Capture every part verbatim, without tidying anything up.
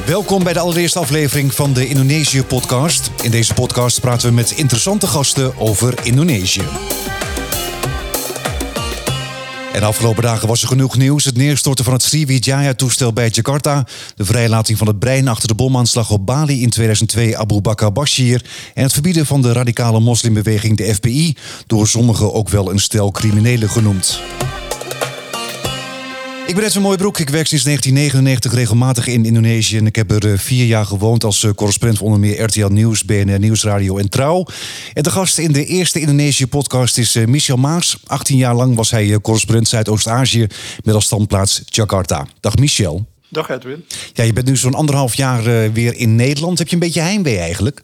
Welkom bij de allereerste aflevering van de Indonesië-podcast. In deze podcast praten we met interessante gasten over Indonesië. En de afgelopen dagen was er genoeg nieuws. Het neerstorten van het Sriwijaya-toestel bij Jakarta, de vrijlating van het brein achter de bomaanslag op Bali in tweeduizend twee, Abu Bakar Bashir, en het verbieden van de radicale moslimbeweging, de F B I, door sommigen ook wel een stel criminelen genoemd. Ik ben Edwin Mooibroek. Ik werk sinds negentien negenennegentig regelmatig in Indonesië. En ik heb er vier jaar gewoond als correspondent voor onder meer R T L Nieuws, B N R Nieuwsradio en Trouw. En de gast in de eerste Indonesië-podcast is Michel Maas. achttien jaar lang was hij correspondent Zuidoost-Azië met als standplaats Jakarta. Dag Michel. Dag Edwin. Ja, je bent nu zo'n anderhalf jaar weer in Nederland. Heb je een beetje heimwee eigenlijk?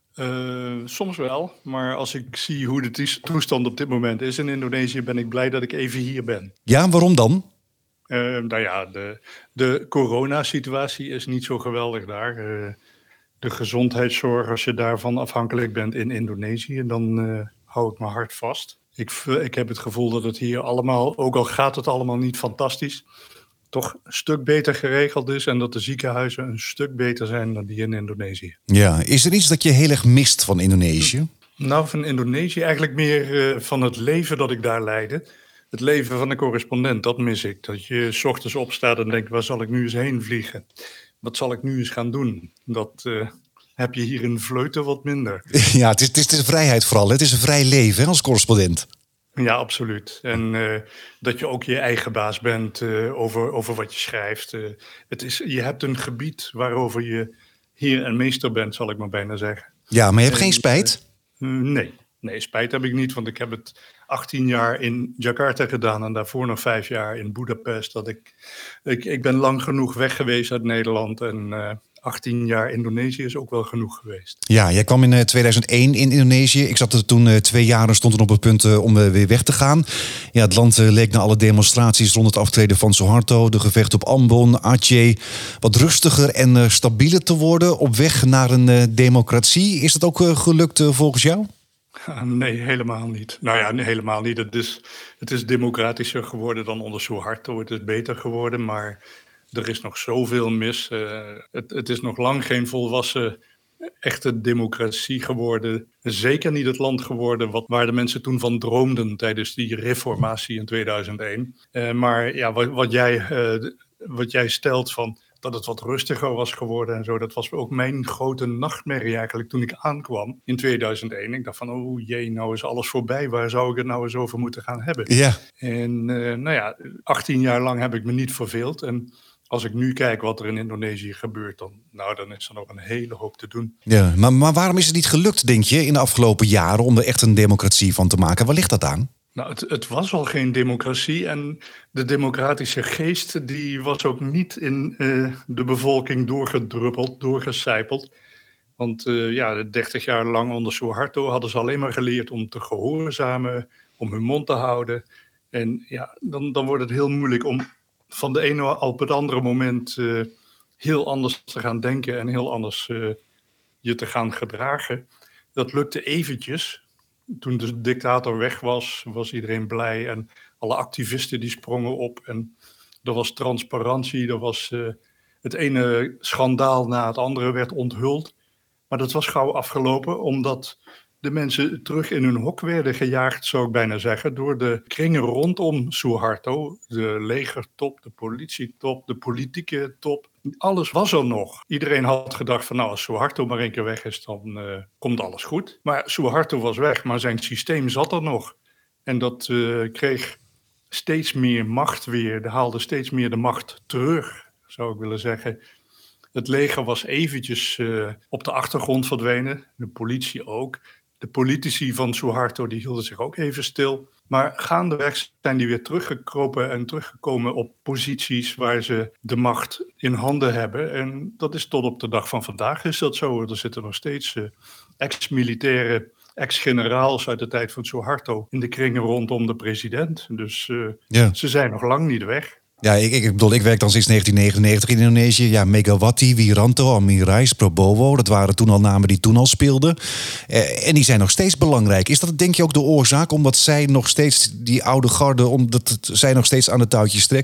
Uh, soms wel, maar als ik zie hoe de toestand op dit moment is in Indonesië, ben ik blij dat ik even hier ben. Ja, waarom dan? Uh, nou ja, de, de coronasituatie is niet zo geweldig daar. Uh, de gezondheidszorg, als je daarvan afhankelijk bent in Indonesië, dan uh, hou ik mijn hart vast. Ik, ik heb het gevoel dat het hier allemaal, ook al gaat het allemaal niet fantastisch, toch een stuk beter geregeld is en dat de ziekenhuizen een stuk beter zijn dan die in Indonesië. Ja, is er iets dat je heel erg mist van Indonesië? Nou, van Indonesië eigenlijk meer uh, van het leven dat ik daar leidde. Het leven van een correspondent, dat mis ik. Dat je 's ochtends opstaat en denkt, waar zal ik nu eens heen vliegen? Wat zal ik nu eens gaan doen? Dat uh, heb je hier in Vleuten wat minder. Ja, het is, het is een vrijheid vooral. Het is een vrij leven hè, als correspondent. Ja, absoluut. En uh, dat je ook je eigen baas bent uh, over, over wat je schrijft. Uh, het is, je hebt een gebied waarover je heer en meester bent, zal ik maar bijna zeggen. Ja, maar je hebt en, geen spijt? Uh, nee. nee, spijt heb ik niet, want ik heb het achttien jaar in Jakarta gedaan en daarvoor nog vijf jaar in Budapest. Dat ik, ik, ik ben lang genoeg weg geweest uit Nederland en uh, achttien jaar Indonesië is ook wel genoeg geweest. Ja, jij kwam in uh, tweeduizend één in Indonesië. Ik zat er toen uh, twee jaar en stond er op het punt uh, om uh, weer weg te gaan. Ja, het land uh, leek na alle demonstraties rond het aftreden van Suharto, de gevechten op Ambon, Aceh, wat rustiger en uh, stabieler te worden op weg naar een uh, democratie. Is dat ook uh, gelukt uh, volgens jou? Nee, helemaal niet. Nou ja, nee, helemaal niet. Het is, het is democratischer geworden dan onder Suharto. Het is beter geworden, maar er is nog zoveel mis. Uh, het, het is nog lang geen volwassen, echte democratie geworden. Zeker niet het land geworden wat, waar de mensen toen van droomden tijdens die reformatie in tweeduizend één. Uh, maar ja, wat, wat, jij, uh, wat jij stelt van dat het wat rustiger was geworden en zo. Dat was ook mijn grote nachtmerrie eigenlijk toen ik aankwam in tweeduizend één. Ik dacht van, oh jee, nou is alles voorbij. Waar zou ik het nou eens over moeten gaan hebben? Ja. En uh, nou ja, achttien jaar lang heb ik me niet verveeld. En als ik nu kijk wat er in Indonesië gebeurt, dan, nou, dan is er nog een hele hoop te doen. Ja, maar, maar waarom is het niet gelukt, denk je, in de afgelopen jaren om er echt een democratie van te maken? Waar ligt dat aan? Nou, het, het was al geen democratie en de democratische geest die was ook niet in uh, de bevolking doorgedruppeld, doorgecijpeld. Want uh, ja, dertig jaar lang onder Suharto hadden ze alleen maar geleerd om te gehoorzamen, om hun mond te houden. En ja, dan, dan wordt het heel moeilijk om van de ene op het andere moment uh, heel anders te gaan denken en heel anders uh, je te gaan gedragen. Dat lukte eventjes. Toen de dictator weg was, was iedereen blij en alle activisten die sprongen op. En er was transparantie, er was uh, het ene schandaal na het andere werd onthuld. Maar dat was gauw afgelopen, omdat de mensen terug in hun hok werden gejaagd, zou ik bijna zeggen, door de kringen rondom Suharto. De legertop, de politietop, de politieke top. Alles was er nog. Iedereen had gedacht van nou, als Suharto maar één keer weg is, dan uh, komt alles goed. Maar Suharto was weg, maar zijn systeem zat er nog. En dat uh, kreeg steeds meer macht weer, haalde steeds meer de macht terug, zou ik willen zeggen. Het leger was eventjes uh, op de achtergrond verdwenen, de politie ook. De politici van Suharto die hielden zich ook even stil. Maar gaandeweg zijn die weer teruggekropen en teruggekomen op posities waar ze de macht in handen hebben. En dat is tot op de dag van vandaag is dat zo. Er zitten nog steeds uh, ex-militairen, ex-generaals uit de tijd van Suharto in de kringen rondom de president. Dus uh, ja. Ze zijn nog lang niet weg. Ja, ik, ik bedoel, ik werk dan sinds negentien negenennegentig in Indonesië. Ja, Megawati, Wiranto, Amin Rais, Prabowo. Dat waren toen al namen die toen al speelden. Eh, en die zijn nog steeds belangrijk. Is dat denk je ook de oorzaak? Omdat zij nog steeds, die oude garde, omdat het, zij nog steeds aan de touwtjes trekken?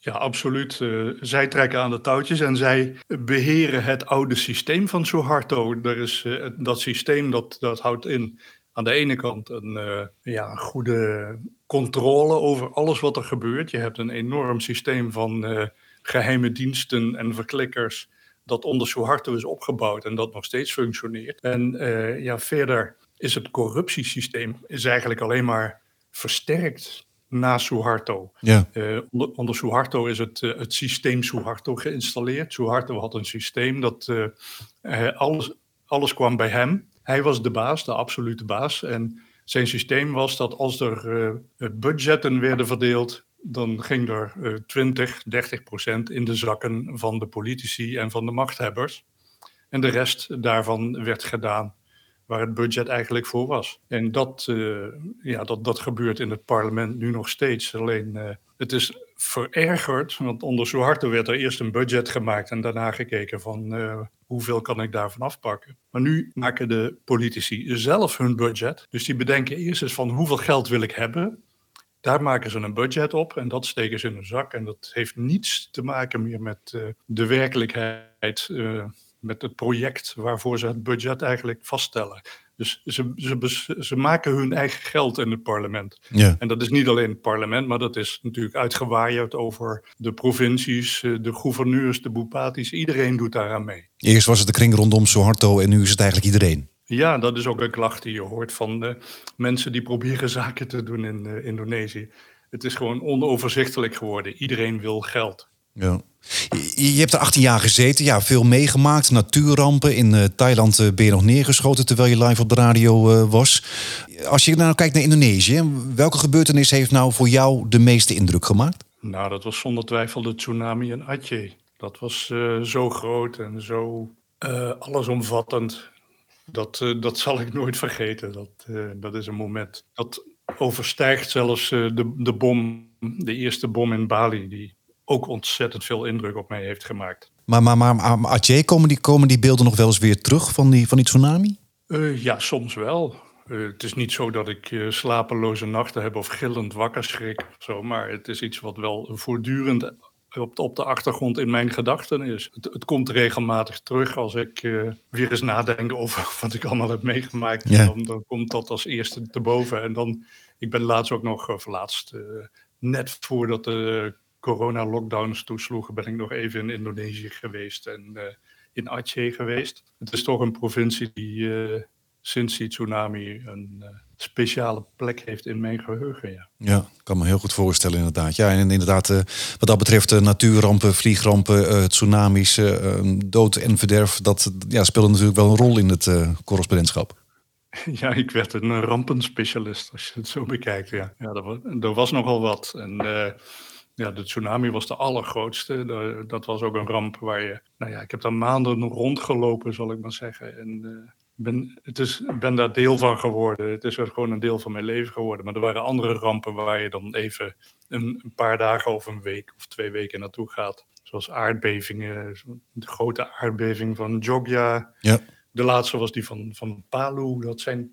Ja, absoluut. Uh, zij trekken aan de touwtjes en zij beheren het oude systeem van Suharto. Er is, uh, dat systeem dat, dat houdt in aan de ene kant een uh, ja, goede controle over alles wat er gebeurt. Je hebt een enorm systeem van uh, geheime diensten en verklikkers dat onder Suharto is opgebouwd en dat nog steeds functioneert. En uh, ja, verder is het corruptiesysteem is eigenlijk alleen maar versterkt na Suharto. Ja. Uh, onder, onder Suharto is het, uh, het systeem Suharto geïnstalleerd. Suharto had een systeem dat uh, uh, alles, alles kwam bij hem. Hij was de baas, de absolute baas. En zijn systeem was dat als er uh, budgetten werden verdeeld, dan ging er uh, twintig, dertig procent in de zakken van de politici en van de machthebbers. En de rest daarvan werd gedaan waar het budget eigenlijk voor was. En dat, uh, ja, dat, dat gebeurt in het parlement nu nog steeds. Alleen uh, het is verergerd, want onder Suharto werd er eerst een budget gemaakt en daarna gekeken van uh, hoeveel kan ik daarvan afpakken. Maar nu maken de politici zelf hun budget. Dus die bedenken eerst eens van hoeveel geld wil ik hebben. Daar maken ze een budget op en dat steken ze in hun zak. En dat heeft niets te maken meer met uh, de werkelijkheid, uh, met het project waarvoor ze het budget eigenlijk vaststellen. Dus ze, ze, ze maken hun eigen geld in het parlement. Ja. En dat is niet alleen het parlement, maar dat is natuurlijk uitgewaaid over de provincies, de gouverneurs, de boepatis. Iedereen doet daaraan mee. Eerst was het de kring rondom Suharto en nu is het eigenlijk iedereen. Ja, dat is ook een klacht die je hoort van uh, mensen die proberen zaken te doen in uh, Indonesië. Het is gewoon onoverzichtelijk geworden. Iedereen wil geld. Ja. Je, je hebt er achttien jaar gezeten, ja, veel meegemaakt, natuurrampen. In uh, Thailand uh, ben je nog neergeschoten terwijl je live op de radio uh, was. Als je nou kijkt naar Indonesië, welke gebeurtenis heeft nou voor jou de meeste indruk gemaakt? Nou, dat was zonder twijfel de tsunami in Aceh. Dat was uh, zo groot en zo uh, allesomvattend. Dat, uh, dat zal ik nooit vergeten. Dat, uh, dat is een moment dat overstijgt zelfs uh, de, de bom, de eerste bom in Bali, die ook ontzettend veel indruk op mij heeft gemaakt. Maar, maar, maar, maar Aceh, komen die, komen die beelden nog wel eens weer terug van die, van die tsunami? Uh, ja, soms wel. Uh, het is niet zo dat ik uh, slapeloze nachten heb of gillend wakker schrik of zo, maar het is iets wat wel voortdurend op, op de achtergrond in mijn gedachten is. Het, het komt regelmatig terug als ik uh, weer eens nadenk over wat ik allemaal heb meegemaakt. Ja. Dan, dan komt dat als eerste te boven. En dan, ik ben laatst ook nog, of laatst, uh, net voordat de corona-lockdowns toesloegen, ben ik nog even in Indonesië geweest en uh, in Aceh geweest. Het is toch een provincie die uh, sinds die tsunami een uh, speciale plek heeft in mijn geheugen. Ja, ja, kan me heel goed voorstellen inderdaad. Ja, en inderdaad, uh, wat dat betreft uh, natuurrampen, vliegrampen, uh, tsunamis, uh, dood en verderf, dat ja, speelde natuurlijk wel een rol in het uh, correspondentschap. Ja, ik werd een rampenspecialist als je het zo bekijkt. Ja, ja er, was, er was nogal wat. En uh, ja, de tsunami was de allergrootste. De, dat was ook een ramp waar je... Nou ja, ik heb daar maanden rondgelopen, zal ik maar zeggen. En uh, ben, het is, ben daar deel van geworden. Het is gewoon een deel van mijn leven geworden. Maar er waren andere rampen waar je dan even een, een paar dagen of een week of twee weken naartoe gaat. Zoals aardbevingen, de grote aardbeving van Jogja. Ja. De laatste was die van, van Palu. Dat zijn...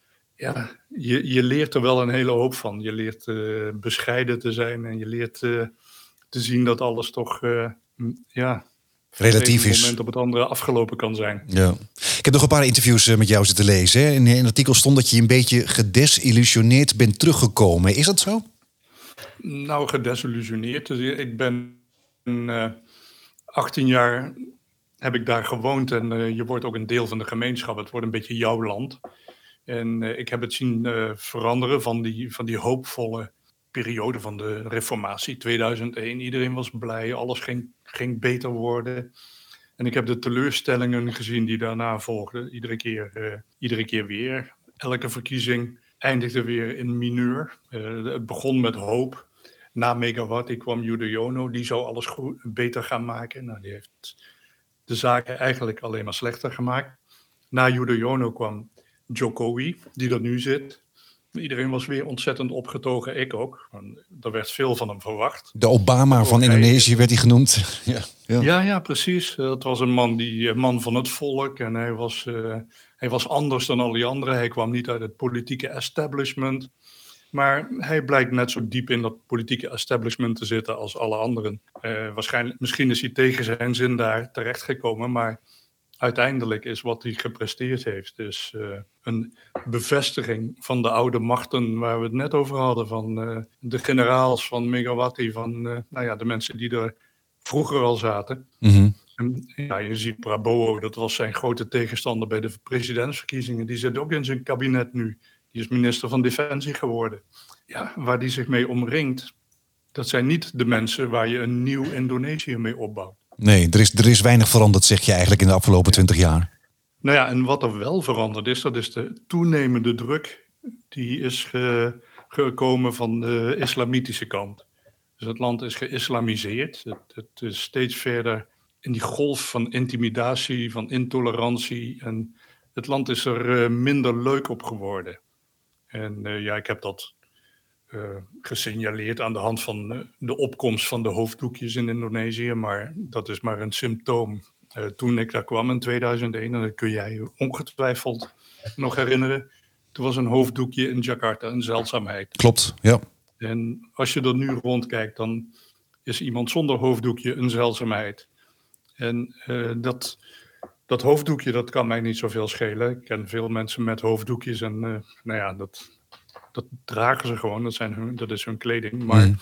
Ja, je, je leert er wel een hele hoop van. Je leert uh, bescheiden te zijn en je leert uh, te zien dat alles toch uh, ja, relatief van een is. moment op het andere afgelopen kan zijn. Ja. Ik heb nog een paar interviews uh, met jou zitten lezen. Hè? In een artikel stond dat je een beetje gedesillusioneerd bent teruggekomen. Is dat zo? Nou, gedesillusioneerd. Dus ik ben uh, achttien jaar heb ik daar gewoond en uh, je wordt ook een deel van de gemeenschap. Het wordt een beetje jouw land. En uh, ik heb het zien uh, veranderen van die, van die hoopvolle periode van de reformatie, tweeduizend één. Iedereen was blij, alles ging, ging beter worden. En ik heb de teleurstellingen gezien die daarna volgden. Iedere keer, uh, iedere keer weer. Elke verkiezing eindigde weer in mineur. Uh, het begon met hoop. Na Megawati kwam Yudhoyono, die zou alles goed, beter gaan maken. Nou, die heeft de zaken eigenlijk alleen maar slechter gemaakt. Na Yudhoyono kwam Jokowi, die er nu zit. Iedereen was weer ontzettend opgetogen, ik ook. Er werd veel van hem verwacht. De Obama van Indonesië werd hij genoemd. Ja, ja. ja, ja, precies. Het was een man, die, man van het volk en hij was, uh, hij was anders dan al die anderen. Hij kwam niet uit het politieke establishment. Maar hij blijkt net zo diep in dat politieke establishment te zitten als alle anderen. Uh, waarschijnlijk, misschien is hij tegen zijn zin daar terechtgekomen, maar uiteindelijk is wat hij gepresteerd heeft dus uh, een bevestiging van de oude machten waar we het net over hadden. Van uh, de generaals, van Megawati, van uh, nou ja, de mensen die er vroeger al zaten. Mm-hmm. En, ja, je ziet Prabowo, dat was zijn grote tegenstander bij de presidentsverkiezingen. Die zit ook in zijn kabinet nu. Die is minister van Defensie geworden. Ja, waar die zich mee omringt, dat zijn niet de mensen waar je een nieuw Indonesië mee opbouwt. Nee, er is, er is weinig veranderd, zeg je eigenlijk, in de afgelopen twintig jaar. Nou ja, en wat er wel veranderd is, dat is de toenemende druk die is ge, gekomen van de islamitische kant. Dus het land is geïslamiseerd. Het, het is steeds verder in die golf van intimidatie, van intolerantie. En het land is er uh, minder leuk op geworden. En uh, ja, ik heb dat uh, gesignaleerd aan de hand van uh, de opkomst van de hoofddoekjes in Indonesië. Maar dat is maar een symptoom. Uh, toen ik daar kwam in tweeduizend één, en dat kun jij je ongetwijfeld nog herinneren. Toen was een hoofddoekje in Jakarta een zeldzaamheid. Klopt, ja. En als je er nu rondkijkt, dan is iemand zonder hoofddoekje een zeldzaamheid. En uh, dat, dat hoofddoekje, dat kan mij niet zoveel schelen. Ik ken veel mensen met hoofddoekjes en uh, nou ja, dat, dat dragen ze gewoon. Dat, zijn hun, dat is hun kleding. Maar mm.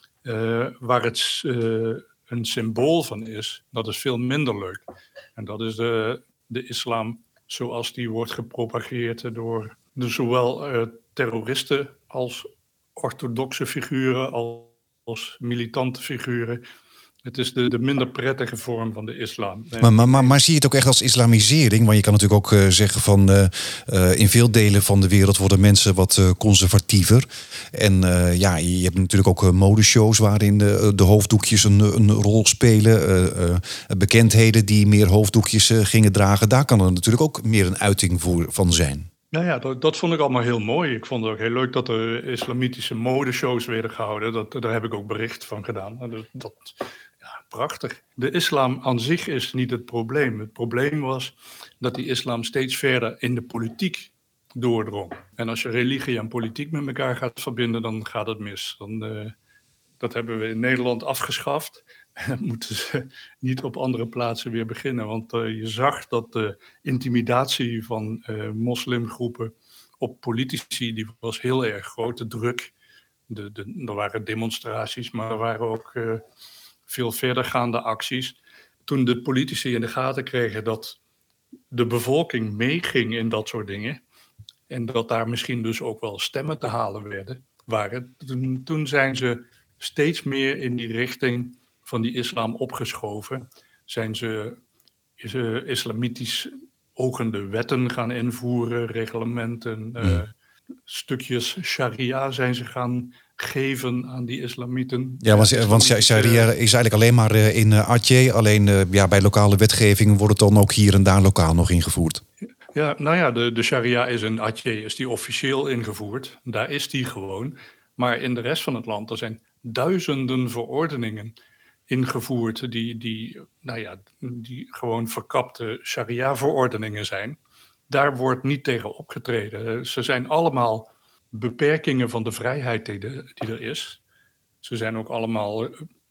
uh, waar het uh, een symbool van is, dat is veel minder leuk. En dat is de, de islam zoals die wordt gepropageerd door de zowel uh, terroristen als orthodoxe figuren, als militante figuren. Het is de, de minder prettige vorm van de islam. Maar, maar, maar, maar zie je het ook echt als islamisering? Want je kan natuurlijk ook uh, zeggen van uh, uh, in veel delen van de wereld worden mensen wat uh, conservatiever. En uh, ja, je hebt natuurlijk ook uh, modeshows waarin de, de hoofddoekjes een, een rol spelen. Uh, uh, bekendheden die meer hoofddoekjes uh, gingen dragen. Daar kan er natuurlijk ook meer een uiting voor, van zijn. Nou ja, dat, dat vond ik allemaal heel mooi. Ik vond het ook heel leuk dat er islamitische modeshows werden gehouden. Dat, daar heb ik ook bericht van gedaan. Dat, dat, ja, prachtig. De islam aan zich is niet het probleem. Het probleem was dat die islam steeds verder in de politiek doordrong. En als je religie en politiek met elkaar gaat verbinden, dan gaat het mis. Dan, uh, dat hebben we in Nederland afgeschaft. En dan moeten ze niet op andere plaatsen weer beginnen. Want uh, je zag dat de intimidatie van uh, moslimgroepen op politici, die was heel erg groot. De druk, de, de, er waren demonstraties, maar er waren ook uh, veel verdergaande acties. Toen de politici in de gaten kregen dat de bevolking meeging in dat soort dingen, en dat daar misschien dus ook wel stemmen te halen werden, waren, toen, toen zijn ze steeds meer in die richting van die islam opgeschoven. Zijn ze is, uh, islamitisch ogende wetten gaan invoeren, reglementen, uh, ja. stukjes sharia zijn ze gaan geven aan die islamieten. Ja, want, want sharia is eigenlijk alleen maar uh, in uh, Aceh. Alleen uh, ja, bij lokale wetgeving wordt het dan ook hier en daar lokaal nog ingevoerd. Ja, nou ja, de, de sharia is in Aceh is die officieel ingevoerd. Daar is die gewoon. Maar in de rest van het land, er zijn duizenden verordeningen ingevoerd die, die, nou ja, die gewoon verkapte sharia-verordeningen zijn. Daar wordt niet tegen opgetreden. Ze zijn allemaal beperkingen van de vrijheid die, de, die er is. Ze zijn ook allemaal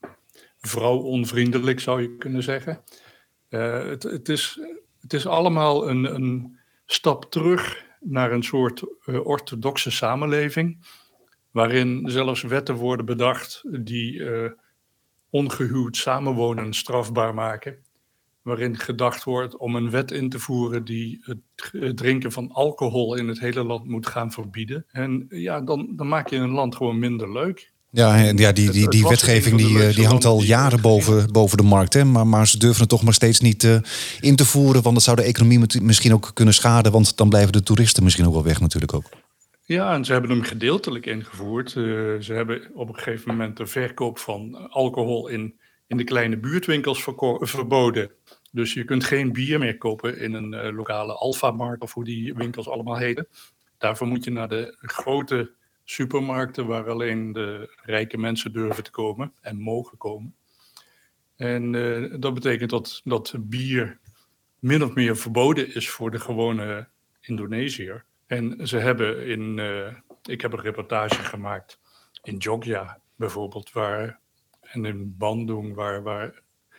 vrouwonvriendelijk, zou je kunnen zeggen. Uh, het, het, is, het is allemaal een, een stap terug naar een soort uh, orthodoxe samenleving, waarin zelfs wetten worden bedacht die uh, ongehuwd samenwonen strafbaar maken. Waarin gedacht wordt om een wet in te voeren die het drinken van alcohol in het hele land moet gaan verbieden. En ja, dan, dan maak je een land gewoon minder leuk. Ja, en ja die, die, die wetgeving die, die hangt al jaren boven, boven de markt. Hè? Maar, maar ze durven het toch maar steeds niet uh, in te voeren. Want dat zou de economie misschien ook kunnen schaden. Want dan blijven de toeristen misschien ook wel weg natuurlijk ook. Ja, en ze hebben hem gedeeltelijk ingevoerd. Uh, ze hebben op een gegeven moment de verkoop van alcohol in, in de kleine buurtwinkels verko- verboden. Dus je kunt geen bier meer kopen in een uh, lokale Alfamart of hoe die winkels allemaal heten. Daarvoor moet je naar de grote supermarkten waar alleen de rijke mensen durven te komen en mogen komen. En uh, dat betekent dat, dat bier min of meer verboden is voor de gewone Indonesiër. En ze hebben in uh, ik heb een reportage gemaakt in Jogja bijvoorbeeld, waar, en in Bandung, waar, waar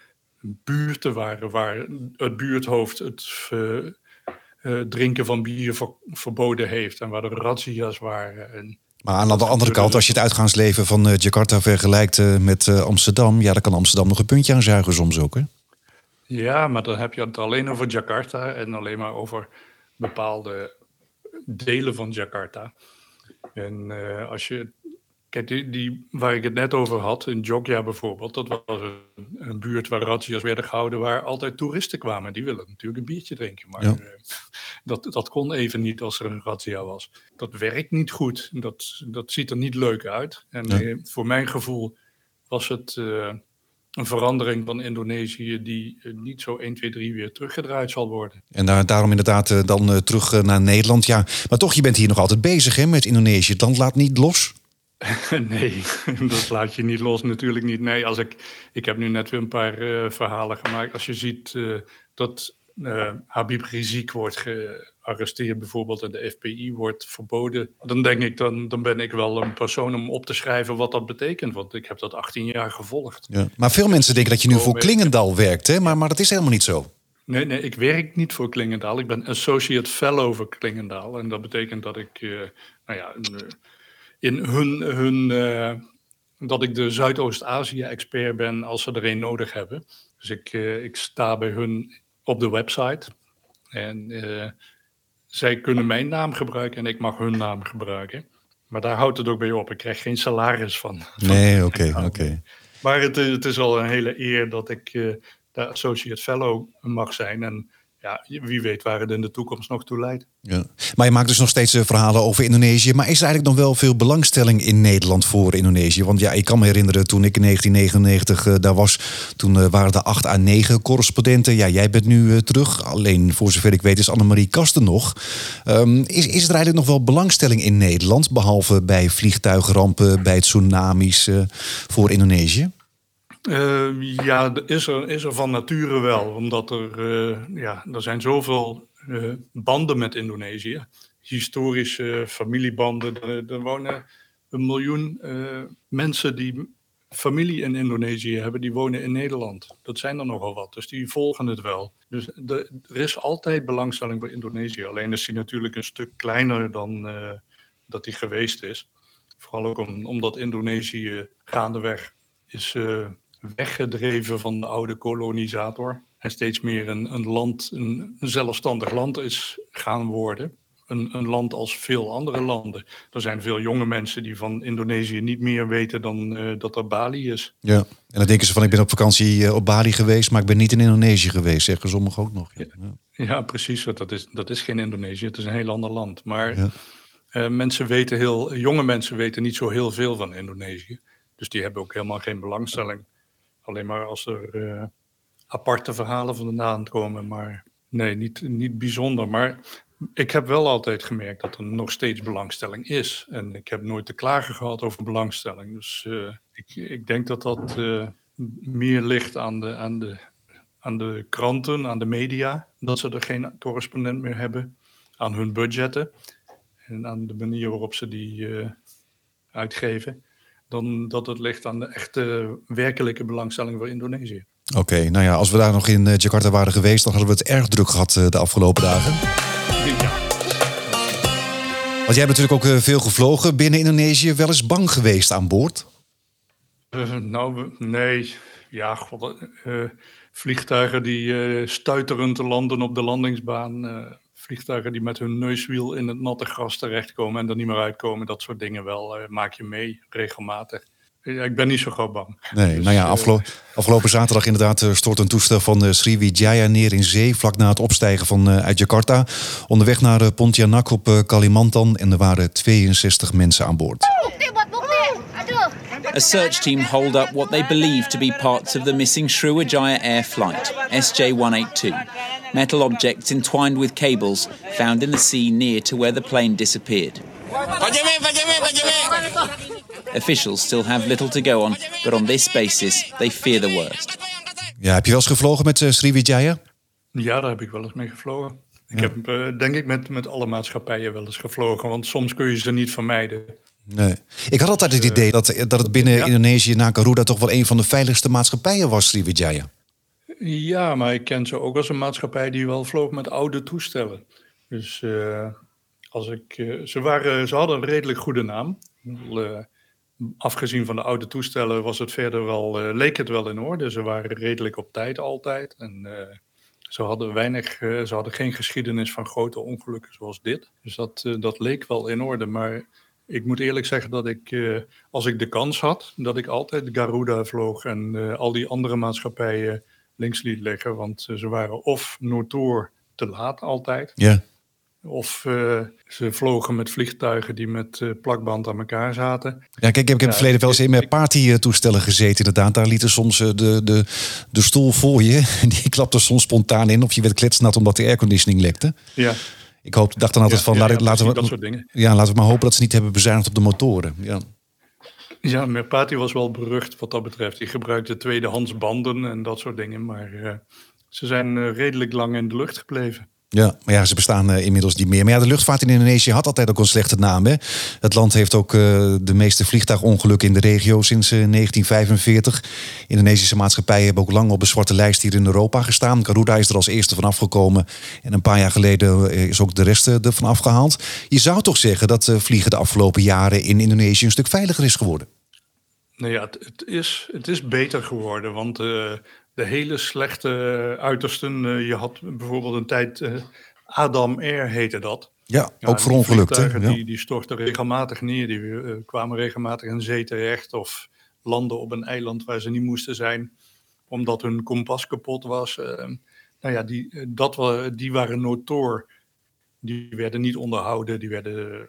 buurten waren waar het buurthoofd het uh, uh, drinken van bier ver, verboden heeft en waar er razzia's waren. En maar aan de andere kant, als je het uitgaansleven van uh, Jakarta vergelijkt uh, met uh, Amsterdam, ja, dan kan Amsterdam nog een puntje aanzuigen soms ook, hè? Ja, maar dan heb je het alleen over Jakarta en alleen maar over bepaalde delen van Jakarta. En uh, als je... Kijk, die, die waar ik het net over had, in Jogja bijvoorbeeld, dat was een, een buurt waar razzia's werden gehouden, waar altijd toeristen kwamen. Die willen natuurlijk een biertje drinken, maar ja. uh, dat, dat kon even niet als er een razzia was. Dat werkt niet goed, dat, dat ziet er niet leuk uit. En ja. uh, voor mijn gevoel was het uh, een verandering van Indonesië die uh, niet zo één, twee, drie weer teruggedraaid zal worden. En daar, daarom inderdaad uh, dan uh, terug uh, naar Nederland. Ja, maar toch, je bent hier nog altijd bezig, hè, met Indonesië. Het land laat niet los. Nee, dat laat je niet los, natuurlijk niet. Nee, als ik, ik heb nu net weer een paar uh, verhalen gemaakt. Als je ziet uh, dat uh, Habib Rizik wordt gearresteerd bijvoorbeeld en de F P I wordt verboden, dan denk ik, dan, dan ben ik wel een persoon om op te schrijven wat dat betekent. Want ik heb dat achttien jaar gevolgd. Ja. Maar veel mensen denken dat je nu voor Klingendaal werkt, hè? Maar, maar dat is helemaal niet zo. Nee, nee, ik werk niet voor Klingendaal. Ik ben associate fellow voor Klingendaal. En dat betekent dat ik, uh, nou ja... Een, in hun, hun uh, dat ik de Zuidoost-Azië-expert ben als ze er een nodig hebben. Dus ik, uh, ik sta bij hun op de website. En uh, zij kunnen mijn naam gebruiken en ik mag hun naam gebruiken. Maar daar houdt het ook bij op. Ik krijg geen salaris van. Nee, oké, oké. Okay. Maar het, het is al een hele eer dat ik uh, de associate fellow mag zijn. En ja, wie weet waar het in de toekomst nog toe leidt. Ja. Maar je maakt dus nog steeds uh, verhalen over Indonesië. Maar is er eigenlijk nog wel veel belangstelling in Nederland voor Indonesië? Want ja, ik kan me herinneren toen ik in negentien negenennegentig uh, daar was. Toen uh, waren er acht à negen correspondenten. Ja, jij bent nu uh, terug. Alleen voor zover ik weet is Annemarie Kasten nog. Um, is, is er eigenlijk nog wel belangstelling in Nederland? Behalve bij vliegtuigrampen, bij tsunamis uh, voor Indonesië? Uh, ja, is er, is er van nature wel. Omdat er, uh, ja, er zijn zoveel uh, banden met Indonesië. Historische familiebanden. Er, er wonen een miljoen uh, mensen die familie in Indonesië hebben. Die wonen in Nederland. Dat zijn er nogal wat. Dus die volgen het wel. Dus de, er is altijd belangstelling voor Indonesië. Alleen is die natuurlijk een stuk kleiner dan uh, dat die geweest is. Vooral ook om, omdat Indonesië gaandeweg is... Uh, weggedreven van de oude kolonisator en steeds meer een, een land, een, een zelfstandig land is gaan worden. Een, een land als veel andere landen. Er zijn veel jonge mensen die van Indonesië niet meer weten dan uh, dat er Bali is. Ja, en dan denken ze van ik ben op vakantie uh, op Bali geweest, maar ik ben niet in Indonesië geweest, zeggen sommigen ook nog. Ja, ja. ja precies. Dat is, dat is geen Indonesië, het is een heel ander land. Maar ja. uh, mensen weten heel, jonge mensen weten niet zo heel veel van Indonesië. Dus die hebben ook helemaal geen belangstelling. Alleen maar als er uh, aparte verhalen vandaan komen. Maar nee, niet, niet bijzonder. Maar ik heb wel altijd gemerkt dat er nog steeds belangstelling is. En ik heb nooit te klagen gehad over belangstelling. Dus uh, ik, ik denk dat dat uh, meer ligt aan de, aan, de, aan de kranten, aan de media. Dat ze er geen correspondent meer hebben. Aan hun budgetten. En aan de manier waarop ze die uh, uitgeven. Dan dat het ligt aan de echte werkelijke belangstelling voor Indonesië. Oké, okay, nou ja, als we daar nog in uh, Jakarta waren geweest, dan hadden we het erg druk gehad uh, de afgelopen dagen. Ja. Want jij hebt natuurlijk ook uh, veel gevlogen binnen Indonesië. Wel eens bang geweest aan boord? Uh, nou, nee. Ja, god, uh, vliegtuigen die uh, stuiterend landen op de landingsbaan. Uh, Vliegtuigen die met hun neuswiel in het natte gras terechtkomen en er niet meer uitkomen. Dat soort dingen wel uh, maak je mee, regelmatig. Ja, ik ben niet zo gauw bang. Nee, dus, nou ja, afgelo- afgelopen zaterdag inderdaad uh, stort een toestel van uh, Sriwijaya neer in zee. Vlak na het opstijgen van, uh, uit Jakarta. Onderweg naar uh, Pontianak op uh, Kalimantan. En er waren tweeënzestig mensen aan boord. A search team hold up what they believe to be parts of the missing Sriwijaya Air flight, S J one eighty-two. Metal objects entwined with cables found in the sea near to where the plane disappeared. Officials still have little to go on, but on this basis they fear the worst. Ja, heb je wel eens gevlogen met uh, Sriwijaya? Ja, daar heb ik wel eens mee gevlogen. Ik ja. heb uh, denk ik met, met alle maatschappijen wel eens gevlogen, want soms kun je ze niet vermijden. Nee. Ik had altijd het idee dat, dat het binnen ja. Indonesië na Garuda toch wel een van de veiligste maatschappijen was, Sriwijaya. Ja, maar ik ken ze ook als een maatschappij die wel vloog met oude toestellen. Dus uh, als ik, uh, ze, waren, ze hadden een redelijk goede naam. Uh, afgezien van de oude toestellen was het verder wel, uh, leek het wel in orde. Ze waren redelijk op tijd altijd. En uh, ze hadden weinig, uh, ze hadden geen geschiedenis van grote ongelukken zoals dit. Dus dat, uh, dat leek wel in orde. Maar ik moet eerlijk zeggen dat ik, uh, als ik de kans had, dat ik altijd Garuda vloog en uh, al die andere maatschappijen links liet liggen. Want uh, ze waren of notoor te laat altijd. Ja. Yeah. Of uh, ze vlogen met vliegtuigen die met uh, plakband aan elkaar zaten. Ja, kijk, ik heb in het verleden wel eens in mijn partytoestellen gezeten inderdaad. Daar lieten soms uh, de, de, de stoel voor je. Die klapte soms spontaan in. Of je werd kletsnat omdat de airconditioning lekte. Ja. Ik hoop, dacht dan altijd ja, van, ja, laat, ja, laten, we, dat soort dingen. Ja, laten we maar hopen dat ze niet hebben bezuinigd op de motoren. Ja, ja Merpati was wel berucht wat dat betreft. Die gebruikte tweedehands banden en dat soort dingen. Maar uh, ze zijn uh, redelijk lang in de lucht gebleven. Ja, maar ja, ze bestaan uh, inmiddels niet meer. Maar ja, de luchtvaart in Indonesië had altijd ook een slechte naam. Hè? Het land heeft ook uh, de meeste vliegtuigongelukken in de regio sinds uh, negentien vijfenveertig. Indonesische maatschappijen hebben ook lang op een zwarte lijst hier in Europa gestaan. Garuda is er als eerste van afgekomen. En een paar jaar geleden is ook de rest uh, ervan afgehaald. Je zou toch zeggen dat uh, vliegen de afgelopen jaren in Indonesië een stuk veiliger is geworden? Nou ja, het, het, is, het is beter geworden, want... Uh... De hele slechte uitersten. Uh, je had bijvoorbeeld een tijd... Uh, Adam Air heette dat. Ja, ja ook verongelukt. Die, ja. die, die stortten regelmatig neer. Die uh, kwamen regelmatig in zee terecht. Of landden op een eiland waar ze niet moesten zijn. Omdat hun kompas kapot was. Uh, nou ja, die, dat, die waren notoor. Die werden niet onderhouden. Die werden,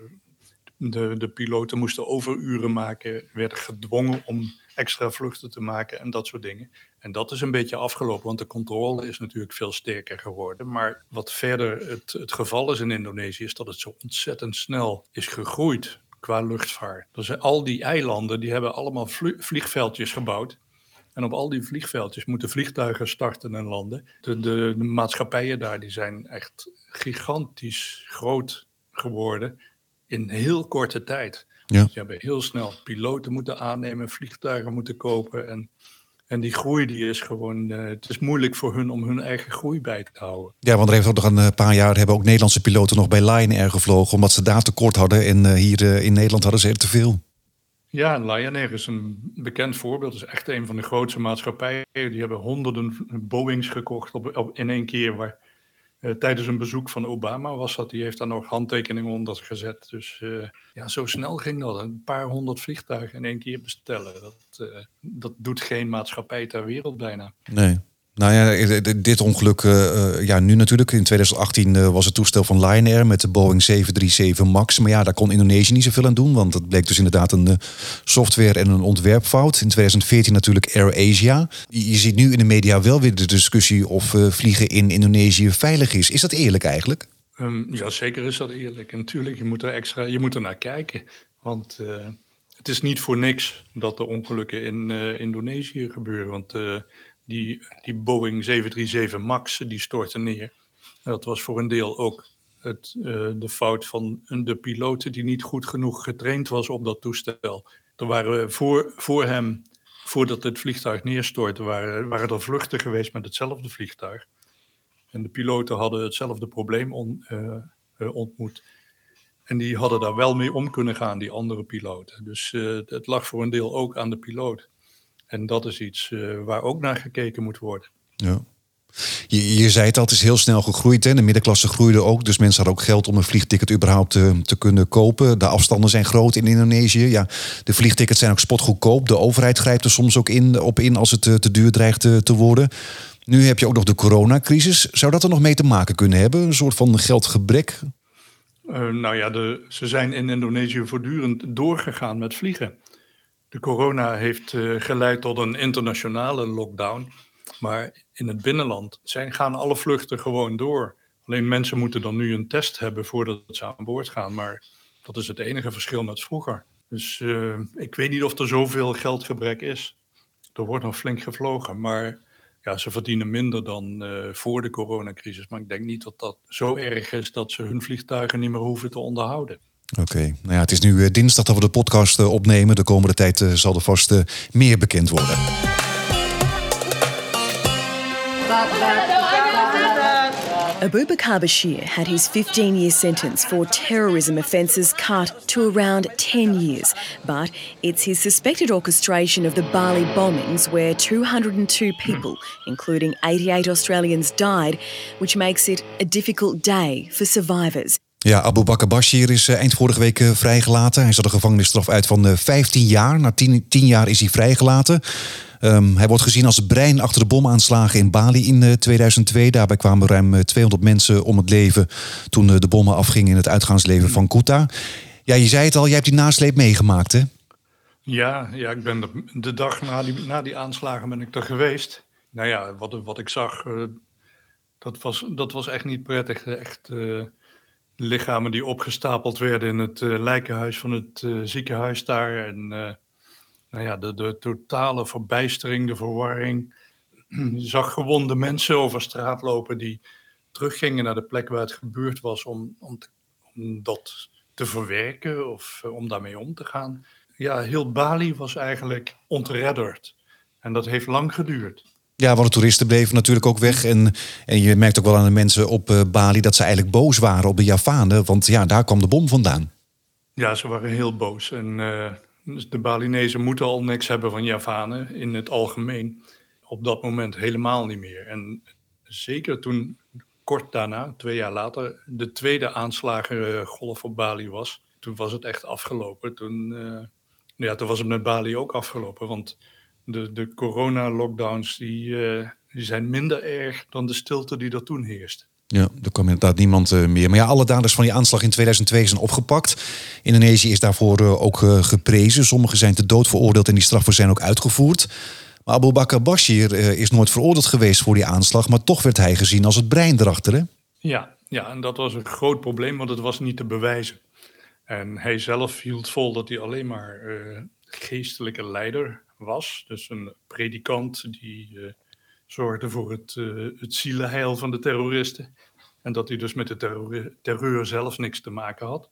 de, de piloten moesten overuren maken. Werden gedwongen om extra vluchten te maken en dat soort dingen. En dat is een beetje afgelopen, want de controle is natuurlijk veel sterker geworden. Maar wat verder het, het geval is in Indonesië, is dat het zo ontzettend snel is gegroeid qua luchtvaart. Dus al die eilanden, die hebben allemaal vliegveldjes gebouwd. En op al die vliegveldjes moeten vliegtuigen starten en landen. De, de, de maatschappijen daar, die zijn echt gigantisch groot geworden in heel korte tijd. Ja. Ze hebben heel snel piloten moeten aannemen, vliegtuigen moeten kopen. En, en die groei die is gewoon... Uh, het is moeilijk voor hun om hun eigen groei bij te houden. Ja, want er heeft ook nog een paar jaar... hebben ook Nederlandse piloten nog bij Lion Air gevlogen... omdat ze daar tekort hadden. En uh, hier uh, in Nederland hadden ze er te veel. Ja, Lion Air is een bekend voorbeeld. Het is echt een van de grootste maatschappijen. Die hebben honderden Boeings gekocht op, op, in één keer... waar Uh, tijdens een bezoek van Obama was dat. Die heeft daar nog handtekeningen onder gezet. Dus uh, ja, zo snel ging dat. Een paar honderd vliegtuigen in één keer bestellen. Dat, uh, dat doet geen maatschappij ter wereld bijna. Nee. Nou ja, dit ongeluk, uh, ja, nu natuurlijk. In twintig achttien uh, was het toestel van Lion Air met de Boeing zeven drie zeven MAX. Maar ja, daar kon Indonesië niet zoveel aan doen. Want dat bleek dus inderdaad een uh, software- en een ontwerpfout. In twintig veertien natuurlijk AirAsia. Je, je ziet nu in de media wel weer de discussie of uh, vliegen in Indonesië veilig is. Is dat eerlijk eigenlijk? Um, ja, zeker is dat eerlijk. En natuurlijk, je moet er extra, je moet er naar kijken. Want uh, het is niet voor niks dat er ongelukken in uh, Indonesië gebeuren. Want... Uh, Die, die Boeing zeven drie zeven MAX, die stortte neer. Dat was voor een deel ook het, uh, de fout van de piloot die niet goed genoeg getraind was op dat toestel. Er waren voor, voor hem, voordat het vliegtuig neerstortte, waren, waren er vluchten geweest met hetzelfde vliegtuig. En de piloten hadden hetzelfde probleem on, uh, uh, ontmoet. En die hadden daar wel mee om kunnen gaan, die andere piloten. Dus uh, het lag voor een deel ook aan de piloot. En dat is iets uh, waar ook naar gekeken moet worden. Ja. Je, je zei het al, het is heel snel gegroeid. Hè? De middenklasse groeide ook. Dus mensen hadden ook geld om een vliegticket überhaupt te, te kunnen kopen. De afstanden zijn groot in Indonesië. Ja, de vliegtickets zijn ook spotgoedkoop. De overheid grijpt er soms ook in, op in als het te, te duur dreigt te, te worden. Nu heb je ook nog de coronacrisis. Zou dat er nog mee te maken kunnen hebben? Een soort van geldgebrek? Uh, nou ja, de, ze zijn in Indonesië voortdurend doorgegaan met vliegen. De corona heeft uh, geleid tot een internationale lockdown. Maar in het binnenland zijn, gaan alle vluchten gewoon door. Alleen mensen moeten dan nu een test hebben voordat ze aan boord gaan. Maar dat is het enige verschil met vroeger. Dus uh, ik weet niet of er zoveel geldgebrek is. Er wordt nog flink gevlogen. Maar ja, ze verdienen minder dan uh, voor de coronacrisis. Maar ik denk niet dat dat zo erg is dat ze hun vliegtuigen niet meer hoeven te onderhouden. Oké, okay. Nou ja, het is nu uh, dinsdag dat we de podcast uh, opnemen. De komende tijd uh, zal er vast uh, meer bekend worden. Abubakar Bashir had his fifteen-year sentence for terrorism offences cut to around ten years. But it's his suspected orchestration of the Bali bombings where two hundred two people, including eighty-eight Australians, died, which makes it a difficult day for survivors. Ja, Abubakar Bashir is uh, eind vorige week uh, vrijgelaten. Hij zat een gevangenisstraf uit van uh, vijftien jaar. Na tien jaar is hij vrijgelaten. Um, hij wordt gezien als het brein achter de bomaanslagen in Bali in uh, tweeduizend twee. Daarbij kwamen ruim uh, tweehonderd mensen om het leven toen uh, de bommen afgingen in het uitgaansleven van Kuta. Ja, je zei het al, jij hebt die nasleep meegemaakt, hè? Ja, ja ik ben de, de dag na die, na die aanslagen ben ik er geweest. Nou ja, wat, wat ik zag, uh, dat, was, dat was echt niet prettig. Echt uh, lichamen die opgestapeld werden in het uh, lijkenhuis van het uh, ziekenhuis daar. En uh, nou ja, de, de totale verbijstering, de verwarring. Je zag gewonde mensen over straat lopen die teruggingen naar de plek waar het gebeurd was om, om, te, om dat te verwerken of uh, om daarmee om te gaan. Ja, heel Bali was eigenlijk ontredderd. En dat heeft lang geduurd. Ja, want de toeristen bleven natuurlijk ook weg. En, en je merkt ook wel aan de mensen op uh, Bali dat ze eigenlijk boos waren op de Javanen. Want ja, daar kwam de bom vandaan. Ja, ze waren heel boos. En uh, de Balinezen moeten al niks hebben van Javanen in het algemeen. Op dat moment helemaal niet meer. En zeker toen kort daarna, twee jaar later, de tweede aanslagengolf op Bali was. Toen was het echt afgelopen. Toen, uh, ja, toen was het met Bali ook afgelopen. Want de, de corona-lockdowns die, uh, die zijn minder erg dan de stilte die er toen heerste. Ja, er kwam inderdaad niemand uh, meer. Maar ja, alle daders van die aanslag in tweeduizend twee zijn opgepakt. Indonesië is daarvoor uh, ook uh, geprezen. Sommigen zijn te dood veroordeeld en die straffen zijn ook uitgevoerd. Maar Abubakar Bashir uh, is nooit veroordeeld geweest voor die aanslag. Maar toch werd hij gezien als het brein erachter, hè? Ja, ja, en dat was een groot probleem, want het was niet te bewijzen. En hij zelf hield vol dat hij alleen maar uh, geestelijke leider was. Dus een predikant die uh, zorgde voor het, uh, het zielenheil van de terroristen. En dat hij dus met de terreur, terreur zelf niks te maken had.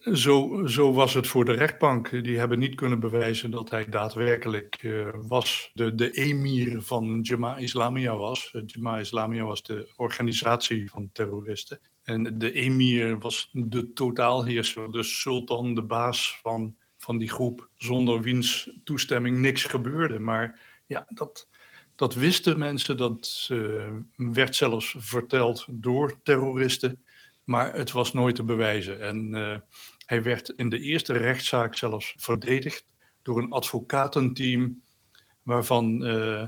Zo, zo was het voor de rechtbank. Die hebben niet kunnen bewijzen dat hij daadwerkelijk uh, was. De, de emir van Jemaah Islamiyah was. Jemaah Islamiyah was de organisatie van terroristen. En de emir was de totaalheerser, de sultan, de baas van, van die groep. Zonder wiens toestemming niks gebeurde. Maar ja, dat, dat wisten mensen. Dat uh, werd zelfs verteld door terroristen. Maar het was nooit te bewijzen. En uh, hij werd in de eerste rechtszaak zelfs verdedigd door een advocatenteam waarvan uh,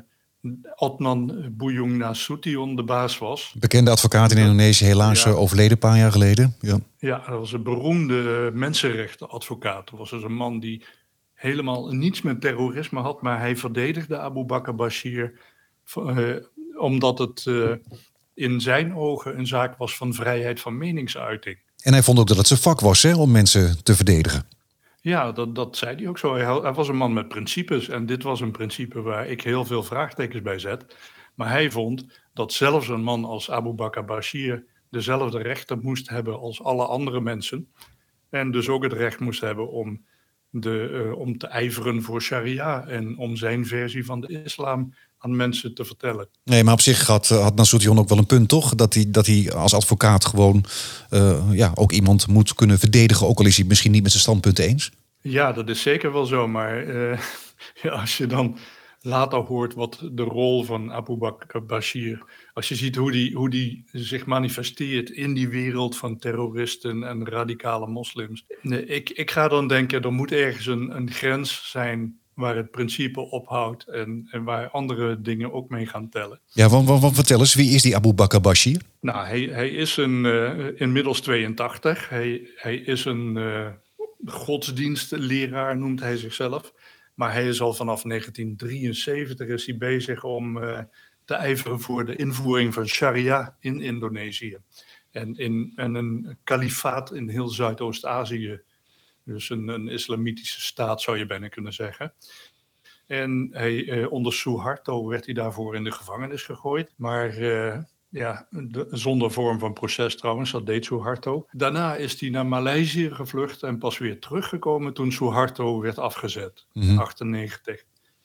Adnan Buyung Nasution de baas was. Bekende advocaat in Indonesië, helaas ja. overleden een paar jaar geleden. Ja. ja, dat was een beroemde mensenrechtenadvocaat. Dat was dus een man die helemaal niets met terrorisme had, maar hij verdedigde Abubakar Bashir uh, omdat het uh, in zijn ogen een zaak was van vrijheid van meningsuiting. En hij vond ook dat het zijn vak was, hè, om mensen te verdedigen. Ja, dat, dat zei hij ook zo. Hij, hij was een man met principes. En dit was een principe waar ik heel veel vraagtekens bij zet. Maar hij vond dat zelfs een man als Abubakar Bashir dezelfde rechten moest hebben als alle andere mensen. En dus ook het recht moest hebben om, de, uh, om te ijveren voor sharia. En om zijn versie van de islam aan mensen te vertellen. Nee, maar op zich had, had Nasution ook wel een punt, toch? Dat hij, dat hij als advocaat gewoon uh, ja, ook iemand moet kunnen verdedigen, ook al is hij misschien niet met zijn standpunten eens. Ja, dat is zeker wel zo. Maar uh, ja, als je dan later hoort wat de rol van Abubakar Bashir, als je ziet hoe die, hoe die zich manifesteert in die wereld van terroristen en radicale moslims. Nee, ik, ik ga dan denken, er moet ergens een, een grens zijn waar het principe ophoudt en, en waar andere dingen ook mee gaan tellen. Ja, want, want vertel eens, wie is die Abubakar Bashir? Nou, hij, hij is een, uh, inmiddels tweeëntachtig. Hij, hij is een uh, godsdienstleraar, noemt hij zichzelf. Maar hij is al vanaf negentien drieënzeventig is hij bezig om uh, te ijveren voor de invoering van sharia in Indonesië. En, in, en een kalifaat in heel Zuidoost-Azië. Dus een, een islamitische staat zou je bijna kunnen zeggen. En hij, uh, onder Suharto werd hij daarvoor in de gevangenis gegooid. Maar uh, ja, de, zonder vorm van proces trouwens, dat deed Suharto. Daarna is hij naar Maleisië gevlucht en pas weer teruggekomen toen Suharto werd afgezet. Mm-hmm. achtennegentig.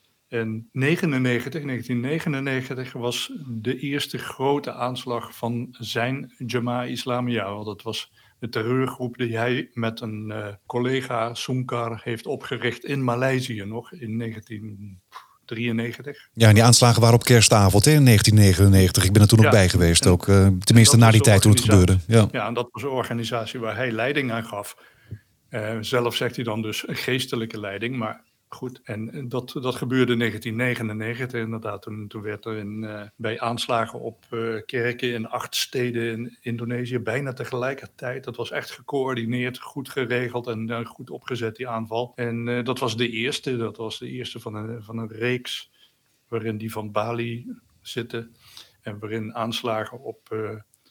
En negenennegentig, negentien negenennegentig was de eerste grote aanslag van zijn Jemaah Islamiyah. Want dat was de terreurgroep die hij met een uh, collega Soenkar heeft opgericht in Maleisië nog in negentien drieënnegentig. Ja, en die aanslagen waren op kerstavond hè, in negentien negenennegentig. Ik ben er toen ja, ook bij geweest, ook, uh, tenminste na die tijd toen het gebeurde. Ja. ja, en dat was een organisatie waar hij leiding aan gaf. Uh, zelf zegt hij dan dus geestelijke leiding, maar goed. En dat, dat gebeurde in negentien negenennegentig inderdaad. Toen, toen werd er in, uh, bij aanslagen op uh, kerken in acht steden in Indonesië bijna tegelijkertijd. Dat was echt gecoördineerd, goed geregeld en uh, goed opgezet die aanval. En uh, dat was de eerste. Dat was de eerste van een, van een reeks waarin die van Bali zitten. En waarin aanslagen op uh,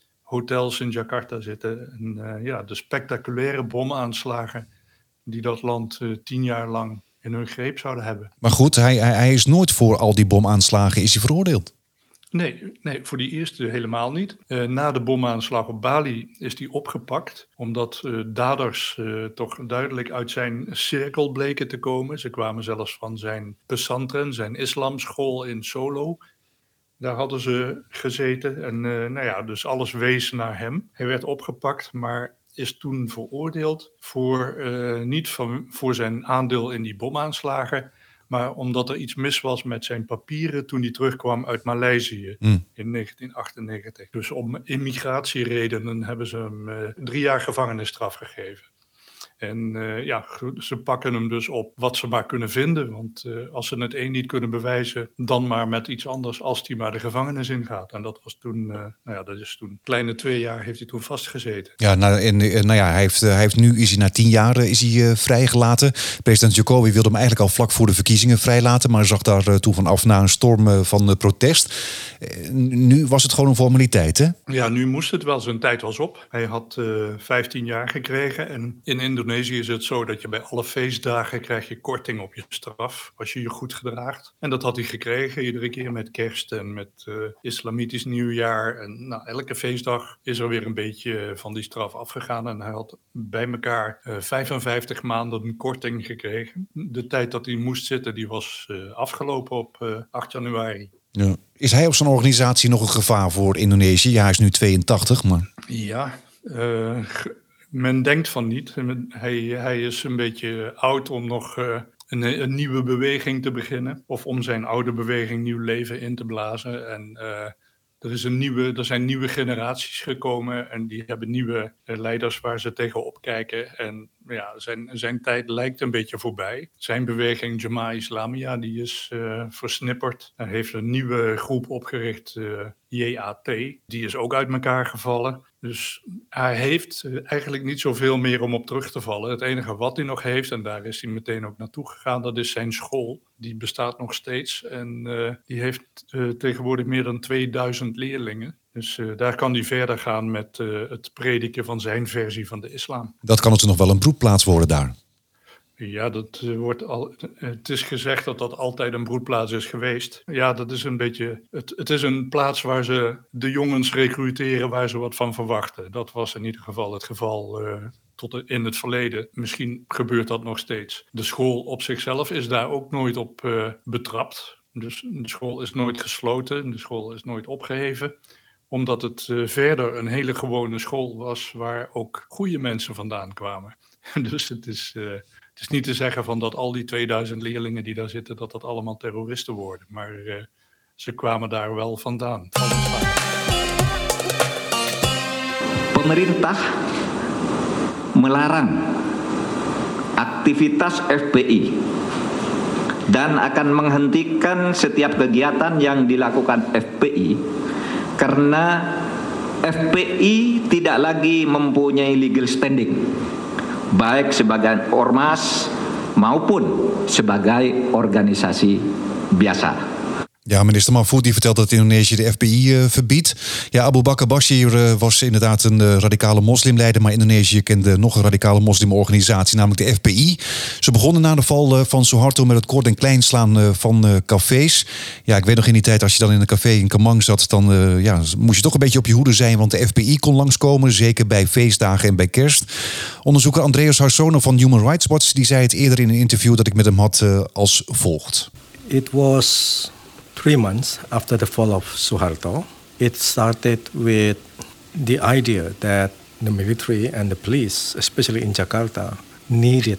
hotels in Jakarta zitten. En uh, ja, de spectaculaire bomaanslagen die dat land uh, tien jaar lang in hun greep zouden hebben. Maar goed, hij, hij, hij is nooit voor al die bomaanslagen is hij veroordeeld. Nee, nee, voor die eerste helemaal niet. Uh, na de bomaanslag op Bali is hij opgepakt, omdat uh, daders uh, toch duidelijk uit zijn cirkel bleken te komen. Ze kwamen zelfs van zijn pesantren, zijn islamschool in Solo. Daar hadden ze gezeten en uh, nou ja, dus alles wees naar hem. Hij werd opgepakt, maar is toen veroordeeld voor, uh, niet van, voor zijn aandeel in die bomaanslagen, maar omdat er iets mis was met zijn papieren toen hij terugkwam uit Maleisië mm. in negentien achtennegentig. Dus om immigratieredenen hebben ze hem uh, drie jaar gevangenisstraf gegeven. En uh, ja, ze pakken hem dus op wat ze maar kunnen vinden. Want uh, als ze het een niet kunnen bewijzen, dan maar met iets anders als hij maar de gevangenis ingaat. En dat was toen, uh, nou ja, dat is toen, kleine twee jaar heeft hij toen vastgezeten. Ja, nou, en, nou ja, hij heeft, hij heeft nu, is hij na tien jaar is hij, uh, vrijgelaten. President Jokowi wilde hem eigenlijk al vlak voor de verkiezingen vrijlaten, maar zag daar uh, toen van af na een storm uh, van uh, protest. Uh, nu was het gewoon een formaliteit, hè? Ja, nu moest het wel. Zijn tijd was op. Hij had uh, vijftien jaar gekregen en in Indonesië is het zo dat je bij alle feestdagen krijg je korting op je straf als je je goed gedraagt. En dat had hij gekregen iedere keer met kerst en met uh, islamitisch nieuwjaar. En nou, elke feestdag is er weer een beetje van die straf afgegaan. En hij had bij elkaar uh, vijfenvijftig maanden een korting gekregen. De tijd dat hij moest zitten, die was uh, afgelopen op uh, acht januari. Ja. Is hij of zijn organisatie nog een gevaar voor Indonesië? Ja, hij is nu tweeëntachtig, maar... Ja, uh, men denkt van niet. Hij, hij is een beetje oud om nog uh, een, een nieuwe beweging te beginnen. Of om zijn oude beweging nieuw leven in te blazen. En uh, er, is een nieuwe, er zijn nieuwe generaties gekomen en die hebben nieuwe uh, leiders waar ze tegenop kijken. En ja, zijn, zijn tijd lijkt een beetje voorbij. Zijn beweging Jemaah Islamiyah die is uh, versnipperd. Hij heeft een nieuwe groep opgericht, uh, J A T. Die is ook uit elkaar gevallen. Dus hij heeft eigenlijk niet zoveel meer om op terug te vallen. Het enige wat hij nog heeft, en daar is hij meteen ook naartoe gegaan, dat is zijn school. Die bestaat nog steeds en uh, die heeft uh, tegenwoordig meer dan tweeduizend leerlingen. Dus uh, daar kan hij verder gaan met uh, het prediken van zijn versie van de islam. Dat kan natuurlijk nog wel een broedplaats worden daar. Ja, dat uh, wordt al. Het is gezegd dat dat altijd een broedplaats is geweest. Ja, dat is een beetje. Het, het is een plaats waar ze de jongens recruteren, waar ze wat van verwachten. Dat was in ieder geval het geval uh, tot in het verleden. Misschien gebeurt dat nog steeds. De school op zichzelf is daar ook nooit op uh, betrapt. Dus de school is nooit gesloten, de school is nooit opgeheven. Omdat het uh, verder een hele gewone school was waar ook goede mensen vandaan kwamen. Dus het is. Uh, Het is niet te zeggen van dat al die tweeduizend leerlingen die daar zitten, dat dat allemaal terroristen worden. Maar uh, ze kwamen daar wel vandaan. Pemerintah melarang aktivitas F P I dan akan menghentikan setiap kegiatan yang dilakukan F P I karena F P I tidak lagi mempunyai legal standing. Baik sebagai ormas maupun sebagai organisasi biasa. Ja, minister Mahfoud die vertelt dat Indonesië de F B I uh, verbiedt. Ja, Abu Bakar Bashir uh, was inderdaad een uh, radicale moslimleider, maar Indonesië kende nog een radicale moslimorganisatie, namelijk de F B I. Ze begonnen na de val uh, van Suharto met het kort en klein slaan uh, van uh, cafés. Ja, ik weet nog in die tijd, als je dan in een café in Kemang zat, dan uh, ja, moest je toch een beetje op je hoede zijn, want de F B I kon langskomen, zeker bij feestdagen en bij kerst. Onderzoeker Andreas Harsono van Human Rights Watch die zei het eerder in een interview dat ik met hem had uh, als volgt. It was three months after the fall of Suharto. It started with the idea that the military and the police, especially in Jakarta, needed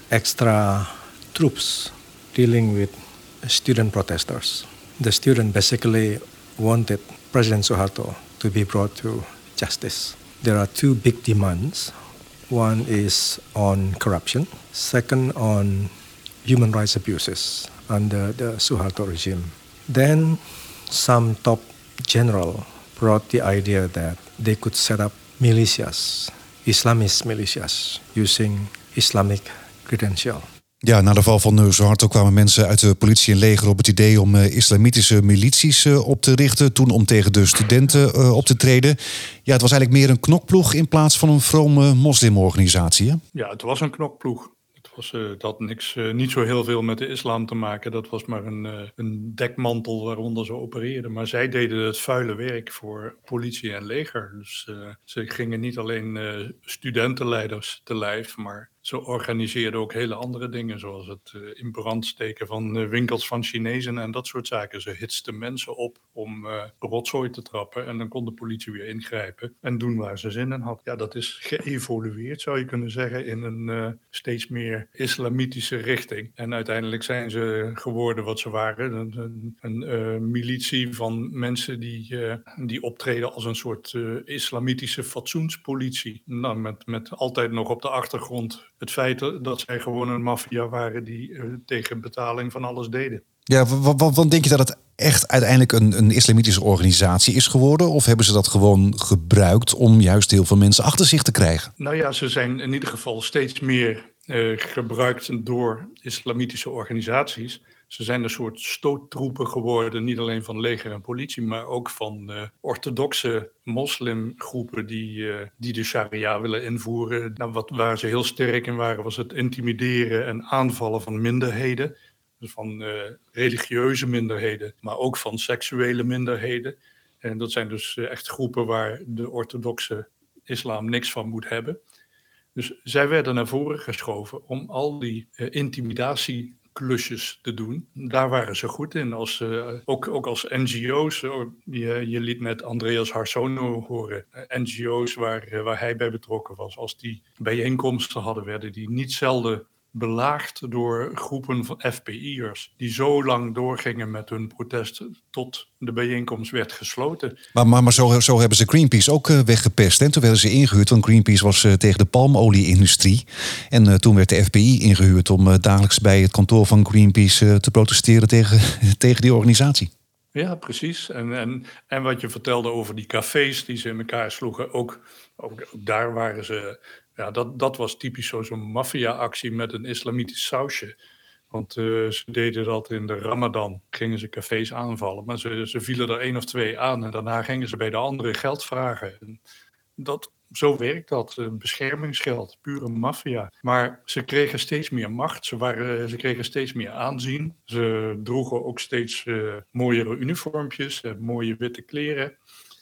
extra troops dealing with student protesters. The students basically wanted President Suharto to be brought to justice. There are two big demands. One is on corruption. Second, on human rights abuses under the Suharto regime. Then some top general brought the idea that they could set up militias, Islamist militias, using Islamic credential. Ja, na de val van Suharto kwamen mensen uit de politie en leger op het idee om uh, islamitische milities uh, op te richten. Toen om tegen de studenten uh, op te treden. Ja, het was eigenlijk meer een knokploeg in plaats van een vrome moslimorganisatie. Hè? Ja, het was een knokploeg. Was, uh, dat had niks, uh, niet zo heel veel met de islam te maken. Dat was maar een, uh, een dekmantel waaronder ze opereerden. Maar zij deden het vuile werk voor politie en leger. Dus uh, ze gingen niet alleen uh, studentenleiders te lijf, maar ze organiseerden ook hele andere dingen. Zoals het uh, in brand steken van uh, winkels van Chinezen en dat soort zaken. Ze hitsten mensen op om uh, rotzooi te trappen. En dan kon de politie weer ingrijpen en doen waar ze zin in had. Ja, dat is geëvolueerd, zou je kunnen zeggen, in een uh, steeds meer islamitische richting. En uiteindelijk zijn ze geworden wat ze waren. Een, een, een uh, militie van mensen die, uh, die optreden als een soort uh, islamitische fatsoenspolitie. Nou, met, met altijd nog op de achtergrond het feit dat zij gewoon een maffia waren die uh, tegen betaling van alles deden. Ja, wat, wat denk je dat het echt uiteindelijk een, een islamitische organisatie is geworden? Of hebben ze dat gewoon gebruikt om juist heel veel mensen achter zich te krijgen? Nou ja, ze zijn in ieder geval steeds meer uh, gebruikt door islamitische organisaties. Ze zijn een soort stoottroepen geworden, niet alleen van leger en politie, maar ook van uh, orthodoxe moslimgroepen die, uh, die de sharia willen invoeren. Nou, wat, waar ze heel sterk in waren, was het intimideren en aanvallen van minderheden. Dus van uh, religieuze minderheden, maar ook van seksuele minderheden. En dat zijn dus uh, echt groepen waar de orthodoxe islam niks van moet hebben. Dus zij werden naar voren geschoven om al die uh, intimidatie klusjes te doen. Daar waren ze goed in. Als, uh, ook, ook als N G O's. Uh, je, je liet net Andreas Harsono horen. Uh, N G O's waar, uh, waar hij bij betrokken was. Als die bijeenkomsten hadden, werden die niet zelden belaagd door groepen van F B I'ers. Die zo lang doorgingen met hun protest tot de bijeenkomst werd gesloten. Maar, maar, maar zo, zo hebben ze Greenpeace ook uh, weggepest. En toen werden ze ingehuurd, want Greenpeace was uh, tegen de palmolie-industrie. En uh, toen werd de F B I ingehuurd om uh, dagelijks bij het kantoor van Greenpeace uh, te protesteren tegen, tegen die organisatie. Ja, precies. En, en, en wat je vertelde over die cafés die ze in elkaar sloegen, ook, ook, ook daar waren ze. Ja, dat, dat was typisch zo, zo'n maffia-actie met een islamitisch sausje. Want uh, ze deden dat in de Ramadan, gingen ze cafés aanvallen. Maar ze, ze vielen er één of twee aan en daarna gingen ze bij de andere geld vragen. En dat, zo werkt dat, uh, beschermingsgeld, pure maffia. Maar ze kregen steeds meer macht, ze, waren, ze kregen steeds meer aanzien. Ze droegen ook steeds uh, mooiere uniformpjes, uh, mooie witte kleren.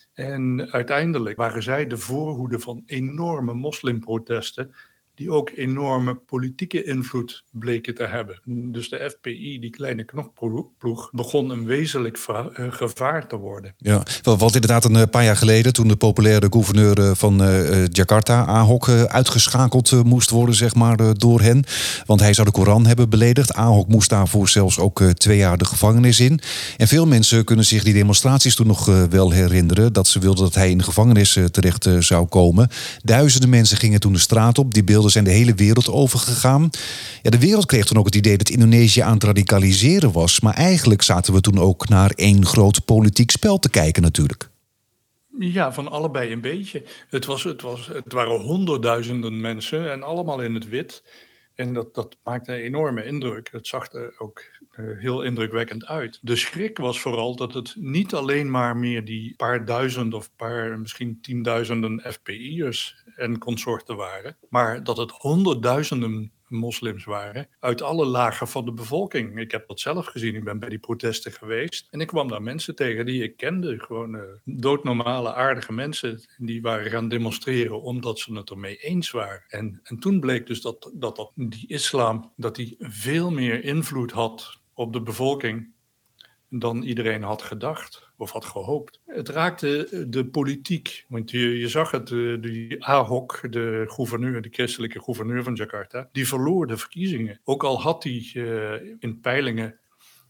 En uiteindelijk waren zij de voorhoede van enorme moslimprotesten die ook enorme politieke invloed bleken te hebben. Dus de F P I, die kleine knokploeg, begon een wezenlijk gevaar te worden. Ja, want inderdaad een paar jaar geleden, toen de populaire gouverneur van uh, Jakarta, Ahok, uh, uitgeschakeld uh, moest worden, zeg maar, uh, door hen. Want hij zou de Koran hebben beledigd. Ahok moest daarvoor zelfs ook uh, twee jaar de gevangenis in. En veel mensen kunnen zich die demonstraties toen nog uh, wel herinneren, dat ze wilden dat hij in de gevangenis uh, terecht uh, zou komen. Duizenden mensen gingen toen de straat op. Die beelden zijn de hele wereld overgegaan. Ja, de wereld kreeg toen ook het idee dat Indonesië aan het radicaliseren was. Maar eigenlijk zaten we toen ook naar één groot politiek spel te kijken natuurlijk. Ja, van allebei een beetje. Het, was, het, was, het waren honderdduizenden mensen en allemaal in het wit. En dat, dat maakte een enorme indruk. Dat zag er ook uh, heel indrukwekkend uit. De schrik was vooral dat het niet alleen maar meer die paar duizend of paar misschien tienduizenden F P I'ers en consorten waren, maar dat het honderdduizenden moslims waren uit alle lagen van de bevolking. Ik heb dat zelf gezien, ik ben bij die protesten geweest en ik kwam daar mensen tegen die ik kende, gewoon uh, doodnormale aardige mensen die waren gaan demonstreren omdat ze het ermee eens waren. En, en toen bleek dus dat, dat, dat die islam dat die veel meer invloed had op de bevolking dan iedereen had gedacht of had gehoopt. Het raakte de politiek, want je, je zag het, die Ahok, de gouverneur, de christelijke gouverneur van Jakarta, die verloor de verkiezingen. Ook al had hij uh, in peilingen,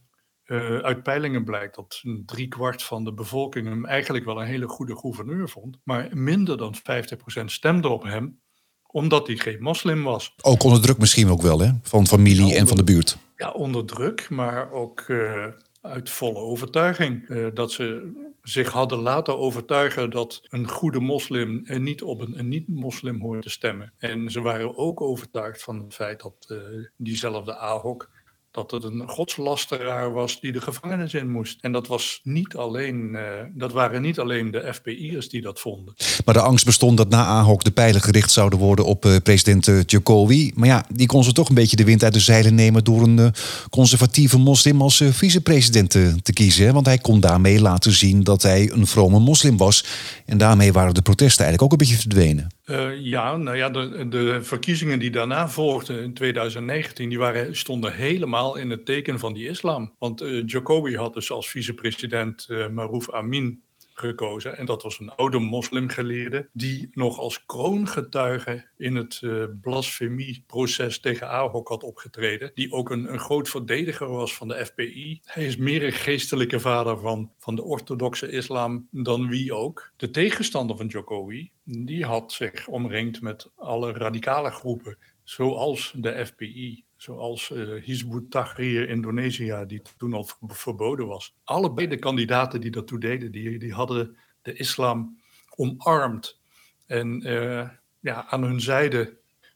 uh, uit peilingen blijkt dat een driekwart van de bevolking hem eigenlijk wel een hele goede gouverneur vond, maar minder dan vijftig procent stemde op hem, omdat hij geen moslim was. Ook onder druk misschien ook wel, hè? Van familie ja, onder, en van de buurt. Ja, onder druk, maar ook Uh, uit volle overtuiging. Uh, dat ze zich hadden laten overtuigen dat een goede moslim en niet op een, een niet-moslim hoort te stemmen. En ze waren ook overtuigd van het feit dat uh, diezelfde Ahok, dat het een godslasteraar was die de gevangenis in moest. En dat, was niet alleen, uh, dat waren niet alleen de F P I'ers die dat vonden. Maar de angst bestond dat na Ahok de pijlen gericht zouden worden op uh, president uh, Jokowi. Maar ja, die kon ze toch een beetje de wind uit de zeilen nemen door een uh, conservatieve moslim als uh, vicepresident uh, te kiezen. Hè? Want hij kon daarmee laten zien dat hij een vrome moslim was. En daarmee waren de protesten eigenlijk ook een beetje verdwenen. Uh, ja, nou ja, de, de verkiezingen die daarna volgden in twintig negentien, die waren, stonden helemaal in het teken van die islam. Want uh, Jokowi had dus als vicepresident uh, Maruf Amin gekozen. En dat was een oude moslimgeleerde die nog als kroongetuige in het uh, blasfemieproces tegen Ahok had opgetreden. Die ook een, een groot verdediger was van de F P I. Hij is meer een geestelijke vader van, van de orthodoxe islam dan wie ook. De tegenstander van Jokowi, die had zich omringd met alle radicale groepen, zoals de F P I. Zoals uh, Hizb ut-Tahrir Indonesië, die toen al verboden was. Allebei de kandidaten die dat toe deden, die, die hadden de islam omarmd. En uh, ja, aan hun zijde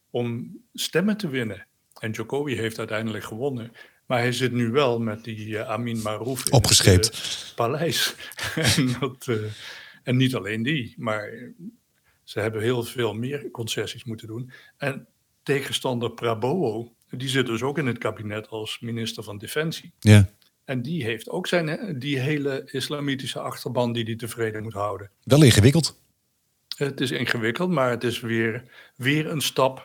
om stemmen te winnen. En Jokowi heeft uiteindelijk gewonnen. Maar hij zit nu wel met die uh, Amin Maruf in opgescheept het uh, paleis. en, dat, uh, en niet alleen die, maar ze hebben heel veel meer concessies moeten doen. En tegenstander Prabowo, die zit dus ook in het kabinet als minister van Defensie. Ja. En die heeft ook zijn, die hele islamitische achterban die hij tevreden moet houden. Wel ingewikkeld. Het is ingewikkeld, maar het is weer, weer een stap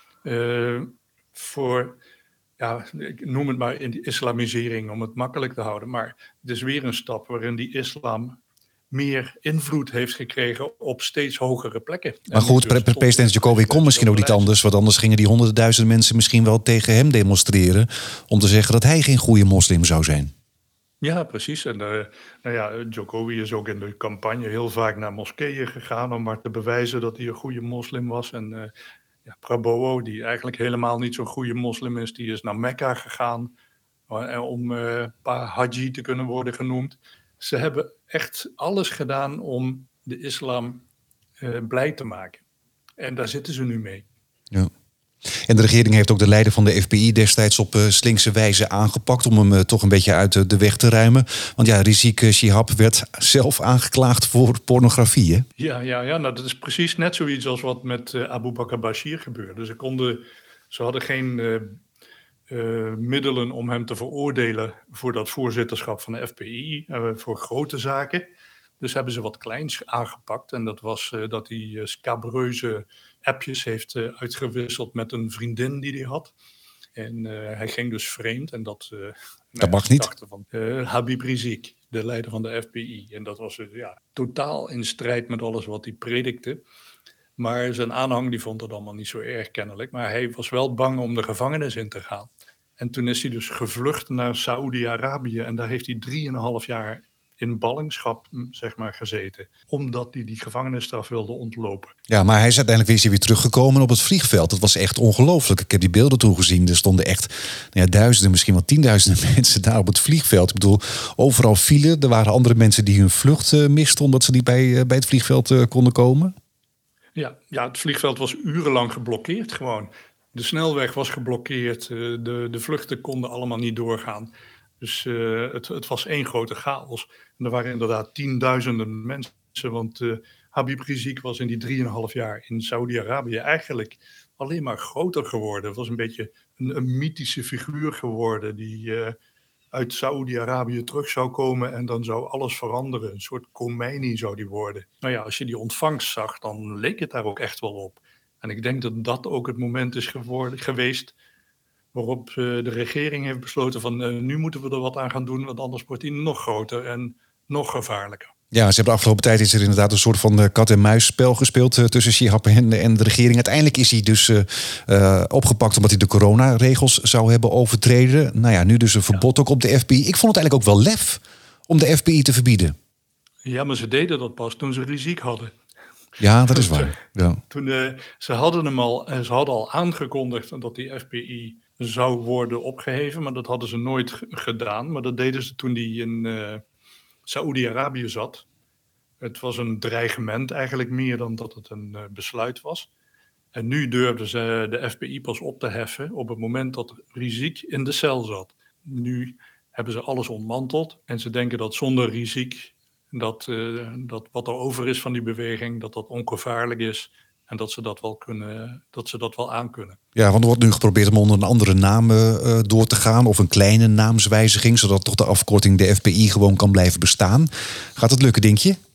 uh, voor, ja, ik noem het maar in die islamisering om het makkelijk te houden. Maar het is weer een stap waarin die islam meer invloed heeft gekregen op steeds hogere plekken. Maar goed, pre- pre- president Jokowi kon misschien ook niet anders, want anders gingen die honderdduizend mensen misschien wel tegen hem demonstreren om te zeggen dat hij geen goede moslim zou zijn. Ja, precies. En uh, nou ja, Jokowi is ook in de campagne heel vaak naar moskeeën gegaan om maar te bewijzen dat hij een goede moslim was. En uh, ja, Prabowo, die eigenlijk helemaal niet zo'n goede moslim is, die is naar Mekka gegaan uh, om uh, pa Haji te kunnen worden genoemd. Ze hebben echt alles gedaan om de islam uh, blij te maken. En daar zitten ze nu mee. Ja. En de regering heeft ook de leider van de F P I destijds op uh, slinkse wijze aangepakt om hem uh, toch een beetje uit uh, de weg te ruimen. Want ja, Rizik uh, Shihab werd zelf aangeklaagd voor pornografie, hè? Ja, ja, ja, nou dat is precies net zoiets als wat met uh, Abu Bakr Bashir gebeurde. Ze, konden, ze hadden geen uh, uh, middelen om hem te veroordelen voor dat voorzitterschap van de F P I, uh, voor grote zaken. Dus hebben ze wat kleins aangepakt. En dat was uh, dat hij uh, scabreuze appjes heeft uh, uitgewisseld met een vriendin die hij had. En uh, hij ging dus vreemd. En dat, uh, dat mag niet. Van, uh, Habib Rizik, de leider van de F P I. En dat was uh, ja, totaal in strijd met alles wat hij predikte. Maar zijn aanhang die vond het allemaal niet zo erg kennelijk. Maar hij was wel bang om de gevangenis in te gaan. En toen is hij dus gevlucht naar Saoedi-Arabië. En daar heeft hij drieënhalf jaar in ballingschap, zeg maar, gezeten. Omdat hij die gevangenisstraf wilde ontlopen. Ja, maar hij is uiteindelijk weer, weer teruggekomen op het vliegveld. Dat was echt ongelooflijk. Ik heb die beelden toen gezien. Er stonden echt nou ja, duizenden, misschien wel tienduizenden mensen daar op het vliegveld. Ik bedoel, overal vielen. Er waren andere mensen die hun vlucht uh, misten omdat ze niet bij, uh, bij het vliegveld uh, konden komen. Ja, ja, het vliegveld was urenlang geblokkeerd gewoon. De snelweg was geblokkeerd. Uh, de, de vluchten konden allemaal niet doorgaan. Dus uh, het, het was één grote chaos. En er waren inderdaad tienduizenden mensen, want uh, Habib Rizieq was in die drieënhalf jaar in Saudi-Arabië eigenlijk alleen maar groter geworden. Het was een beetje een, een mythische figuur geworden die uh, uit Saudi-Arabië terug zou komen en dan zou alles veranderen. Een soort Khomeini zou die worden. Nou ja, als je die ontvangst zag, dan leek het daar ook echt wel op. En ik denk dat dat ook het moment is geworden, geweest waarop uh, de regering heeft besloten van uh, nu moeten we er wat aan gaan doen, want anders wordt die nog groter en nog gevaarlijker. Ja, ze hebben de afgelopen tijd is er inderdaad een soort van kat-en-muisspel gespeeld uh, tussen Shihab en, en de regering. Uiteindelijk is hij dus uh, uh, opgepakt omdat hij de coronaregels zou hebben overtreden. Nou ja, nu dus een verbod ja. ook op de F B I. Ik vond het eigenlijk ook wel lef om de F B I te verbieden. Ja, maar ze deden dat pas toen ze Rizieq hadden. Ja, dat is waar. Ja. Toen, uh, ze hadden hem al, ze hadden al aangekondigd dat die F B I zou worden opgeheven, maar dat hadden ze nooit g- gedaan. Maar dat deden ze toen die in uh, Saoedi-Arabië zat. Het was een dreigement eigenlijk meer dan dat het een uh, besluit was. En nu durfden ze de F B I pas op te heffen op het moment dat Rizieq in de cel zat. Nu hebben ze alles ontmanteld en ze denken dat zonder Rizieq dat, uh, dat wat er over is van die beweging, dat dat ongevaarlijk is. En dat ze dat wel kunnen, dat ze dat wel aankunnen. Ja, want er wordt nu geprobeerd om onder een andere naam uh, door te gaan. Of een kleine naamswijziging, zodat toch de afkorting de F B I gewoon kan blijven bestaan. Gaat het lukken, denk je?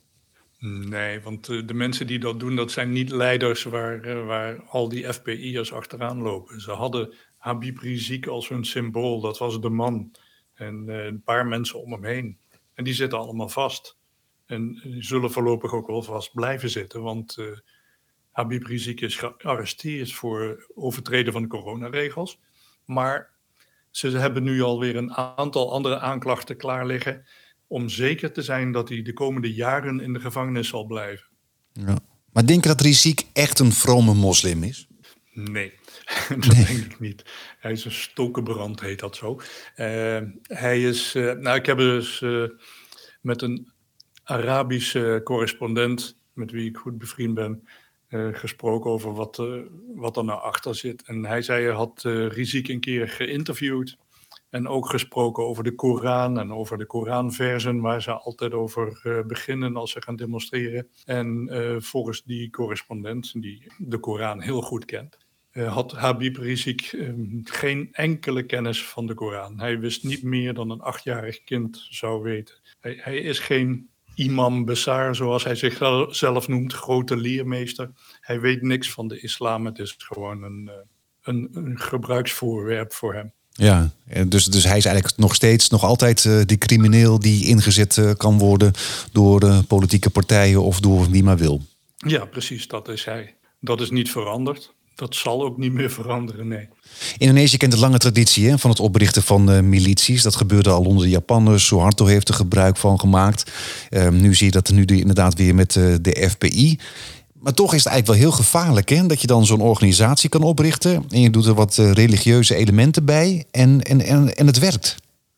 Nee, want uh, de mensen die dat doen, dat zijn niet leiders waar, uh, waar al die F B I'ers achteraan lopen. Ze hadden Habib Rizieq als hun symbool, dat was de man. En uh, een paar mensen om hem heen. En die zitten allemaal vast. En die zullen voorlopig ook wel vast blijven zitten, want Uh, Habib Rizieq is gearresteerd voor overtreden van de coronaregels. Maar ze hebben nu alweer een aantal andere aanklachten klaar liggen om zeker te zijn dat hij de komende jaren in de gevangenis zal blijven. Ja. Maar denk je dat Rizieq echt een vrome moslim is? Nee, dat nee. denk ik niet. Hij is een stokenbrand, heet dat zo. Uh, hij is, uh, nou, ik heb dus uh, met een Arabische correspondent, met wie ik goed bevriend ben, Uh, gesproken over wat, uh, wat er nou achter zit. En hij zei, hij had uh, Rizieq een keer geïnterviewd en ook gesproken over de Koran en over de Koranversen waar ze altijd over uh, beginnen als ze gaan demonstreren. En uh, volgens die correspondent, die de Koran heel goed kent, uh, had Habib Rizieq uh, geen enkele kennis van de Koran. Hij wist niet meer dan een achtjarig kind zou weten. Hij, hij is geen Imam Besar, zoals hij zichzelf noemt, grote leermeester. Hij weet niks van de islam. Het is gewoon een, een, een gebruiksvoorwerp voor hem. Ja, dus, dus hij is eigenlijk nog steeds, nog altijd uh, die crimineel die ingezet uh, kan worden door uh, politieke partijen of door wie maar wil. Ja, precies, dat is hij. Dat is niet veranderd. Dat zal ook niet meer veranderen, nee. Indonesië kent een lange traditie hè, van het oprichten van uh, milities. Dat gebeurde al onder de Japanners. Suharto heeft er gebruik van gemaakt. Uh, nu zie je dat nu inderdaad weer met uh, de F B I. Maar toch is het eigenlijk wel heel gevaarlijk hè, dat je dan zo'n organisatie kan oprichten. En je doet er wat uh, religieuze elementen bij en, en, en, en het werkt.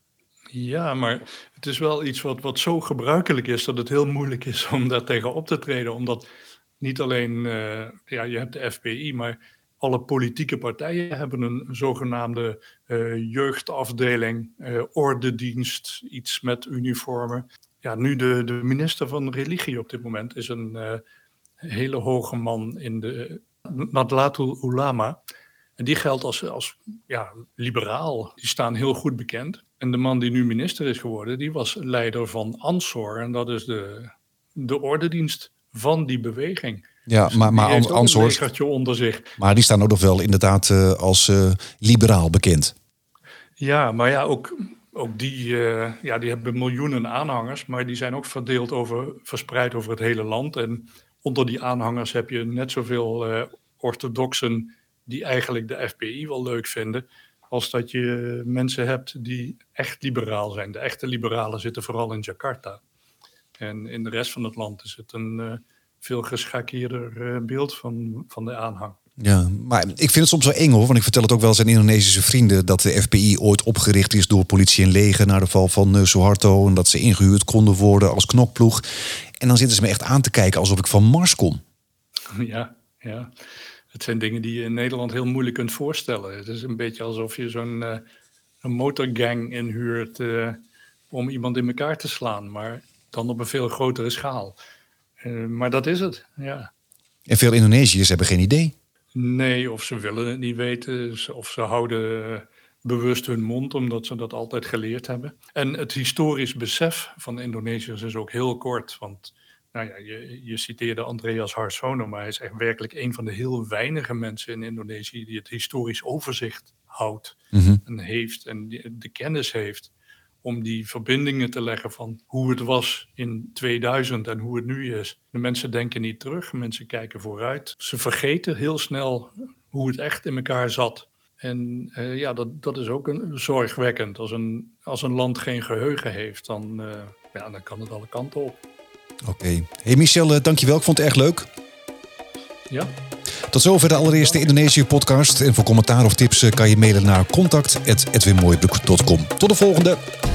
Ja, maar het is wel iets wat, wat zo gebruikelijk is dat het heel moeilijk is om daar tegen op te treden. Omdat niet alleen, uh, ja, je hebt de F B I, maar alle politieke partijen hebben een zogenaamde uh, jeugdafdeling, uh, ordedienst, iets met uniformen. Ja, nu de, de minister van Religie op dit moment is een uh, hele hoge man in de Nahdlatul Ulama. En die geldt als, als ja, liberaal. Die staan heel goed bekend. En de man die nu minister is geworden, die was leider van Ansor. En dat is de, de ordedienst van die beweging. Ja, dus maar, maar die heeft ook Ansor, een legertje onder zich. Maar die staan ook nog wel inderdaad uh, als uh, liberaal bekend. Ja, maar ja, ook, ook die, uh, ja, die hebben miljoenen aanhangers. Maar die zijn ook verdeeld over, verspreid over het hele land. En onder die aanhangers heb je net zoveel uh, orthodoxen die eigenlijk de F B I wel leuk vinden, als dat je mensen hebt die echt liberaal zijn. De echte liberalen zitten vooral in Jakarta. En in de rest van het land is het een uh, veel geschakeerder uh, beeld van, van de aanhang. Ja, maar ik vind het soms wel eng hoor, want ik vertel het ook wel eens aan Indonesische vrienden dat de F B I ooit opgericht is door politie en leger na de val van uh, Suharto en dat ze ingehuurd konden worden als knokploeg. En dan zitten ze me echt aan te kijken alsof ik van Mars kom. Ja, ja. Het zijn dingen die je in Nederland heel moeilijk kunt voorstellen. Het is een beetje alsof je zo'n uh, een motorgang inhuurt uh, om iemand in elkaar te slaan. Maar dan op een veel grotere schaal. Uh, maar dat is het, ja. En veel Indonesiërs hebben geen idee. Nee, of ze willen het niet weten. Of ze houden uh, bewust hun mond, omdat ze dat altijd geleerd hebben. En het historisch besef van de Indonesiërs is ook heel kort. Want nou ja, je, je citeerde Andreas Harsono, maar hij is echt werkelijk een van de heel weinige mensen in Indonesië die het historisch overzicht houdt mm-hmm. en heeft en de, de kennis heeft om die verbindingen te leggen van hoe het was in tweeduizend en hoe het nu is. De mensen denken niet terug, mensen kijken vooruit. Ze vergeten heel snel hoe het echt in elkaar zat. En uh, ja, dat, dat is ook een, zorgwekkend. Als een, als een land geen geheugen heeft, dan, uh, ja, dan kan het alle kanten op. Oké. Okay. Hey Michel, dankjewel. Ik vond het erg leuk. Ja. Tot zover de allereerste Indonesië-podcast. En voor commentaar of tips kan je mailen naar contact at edwin mooibroek dot com. Tot de volgende!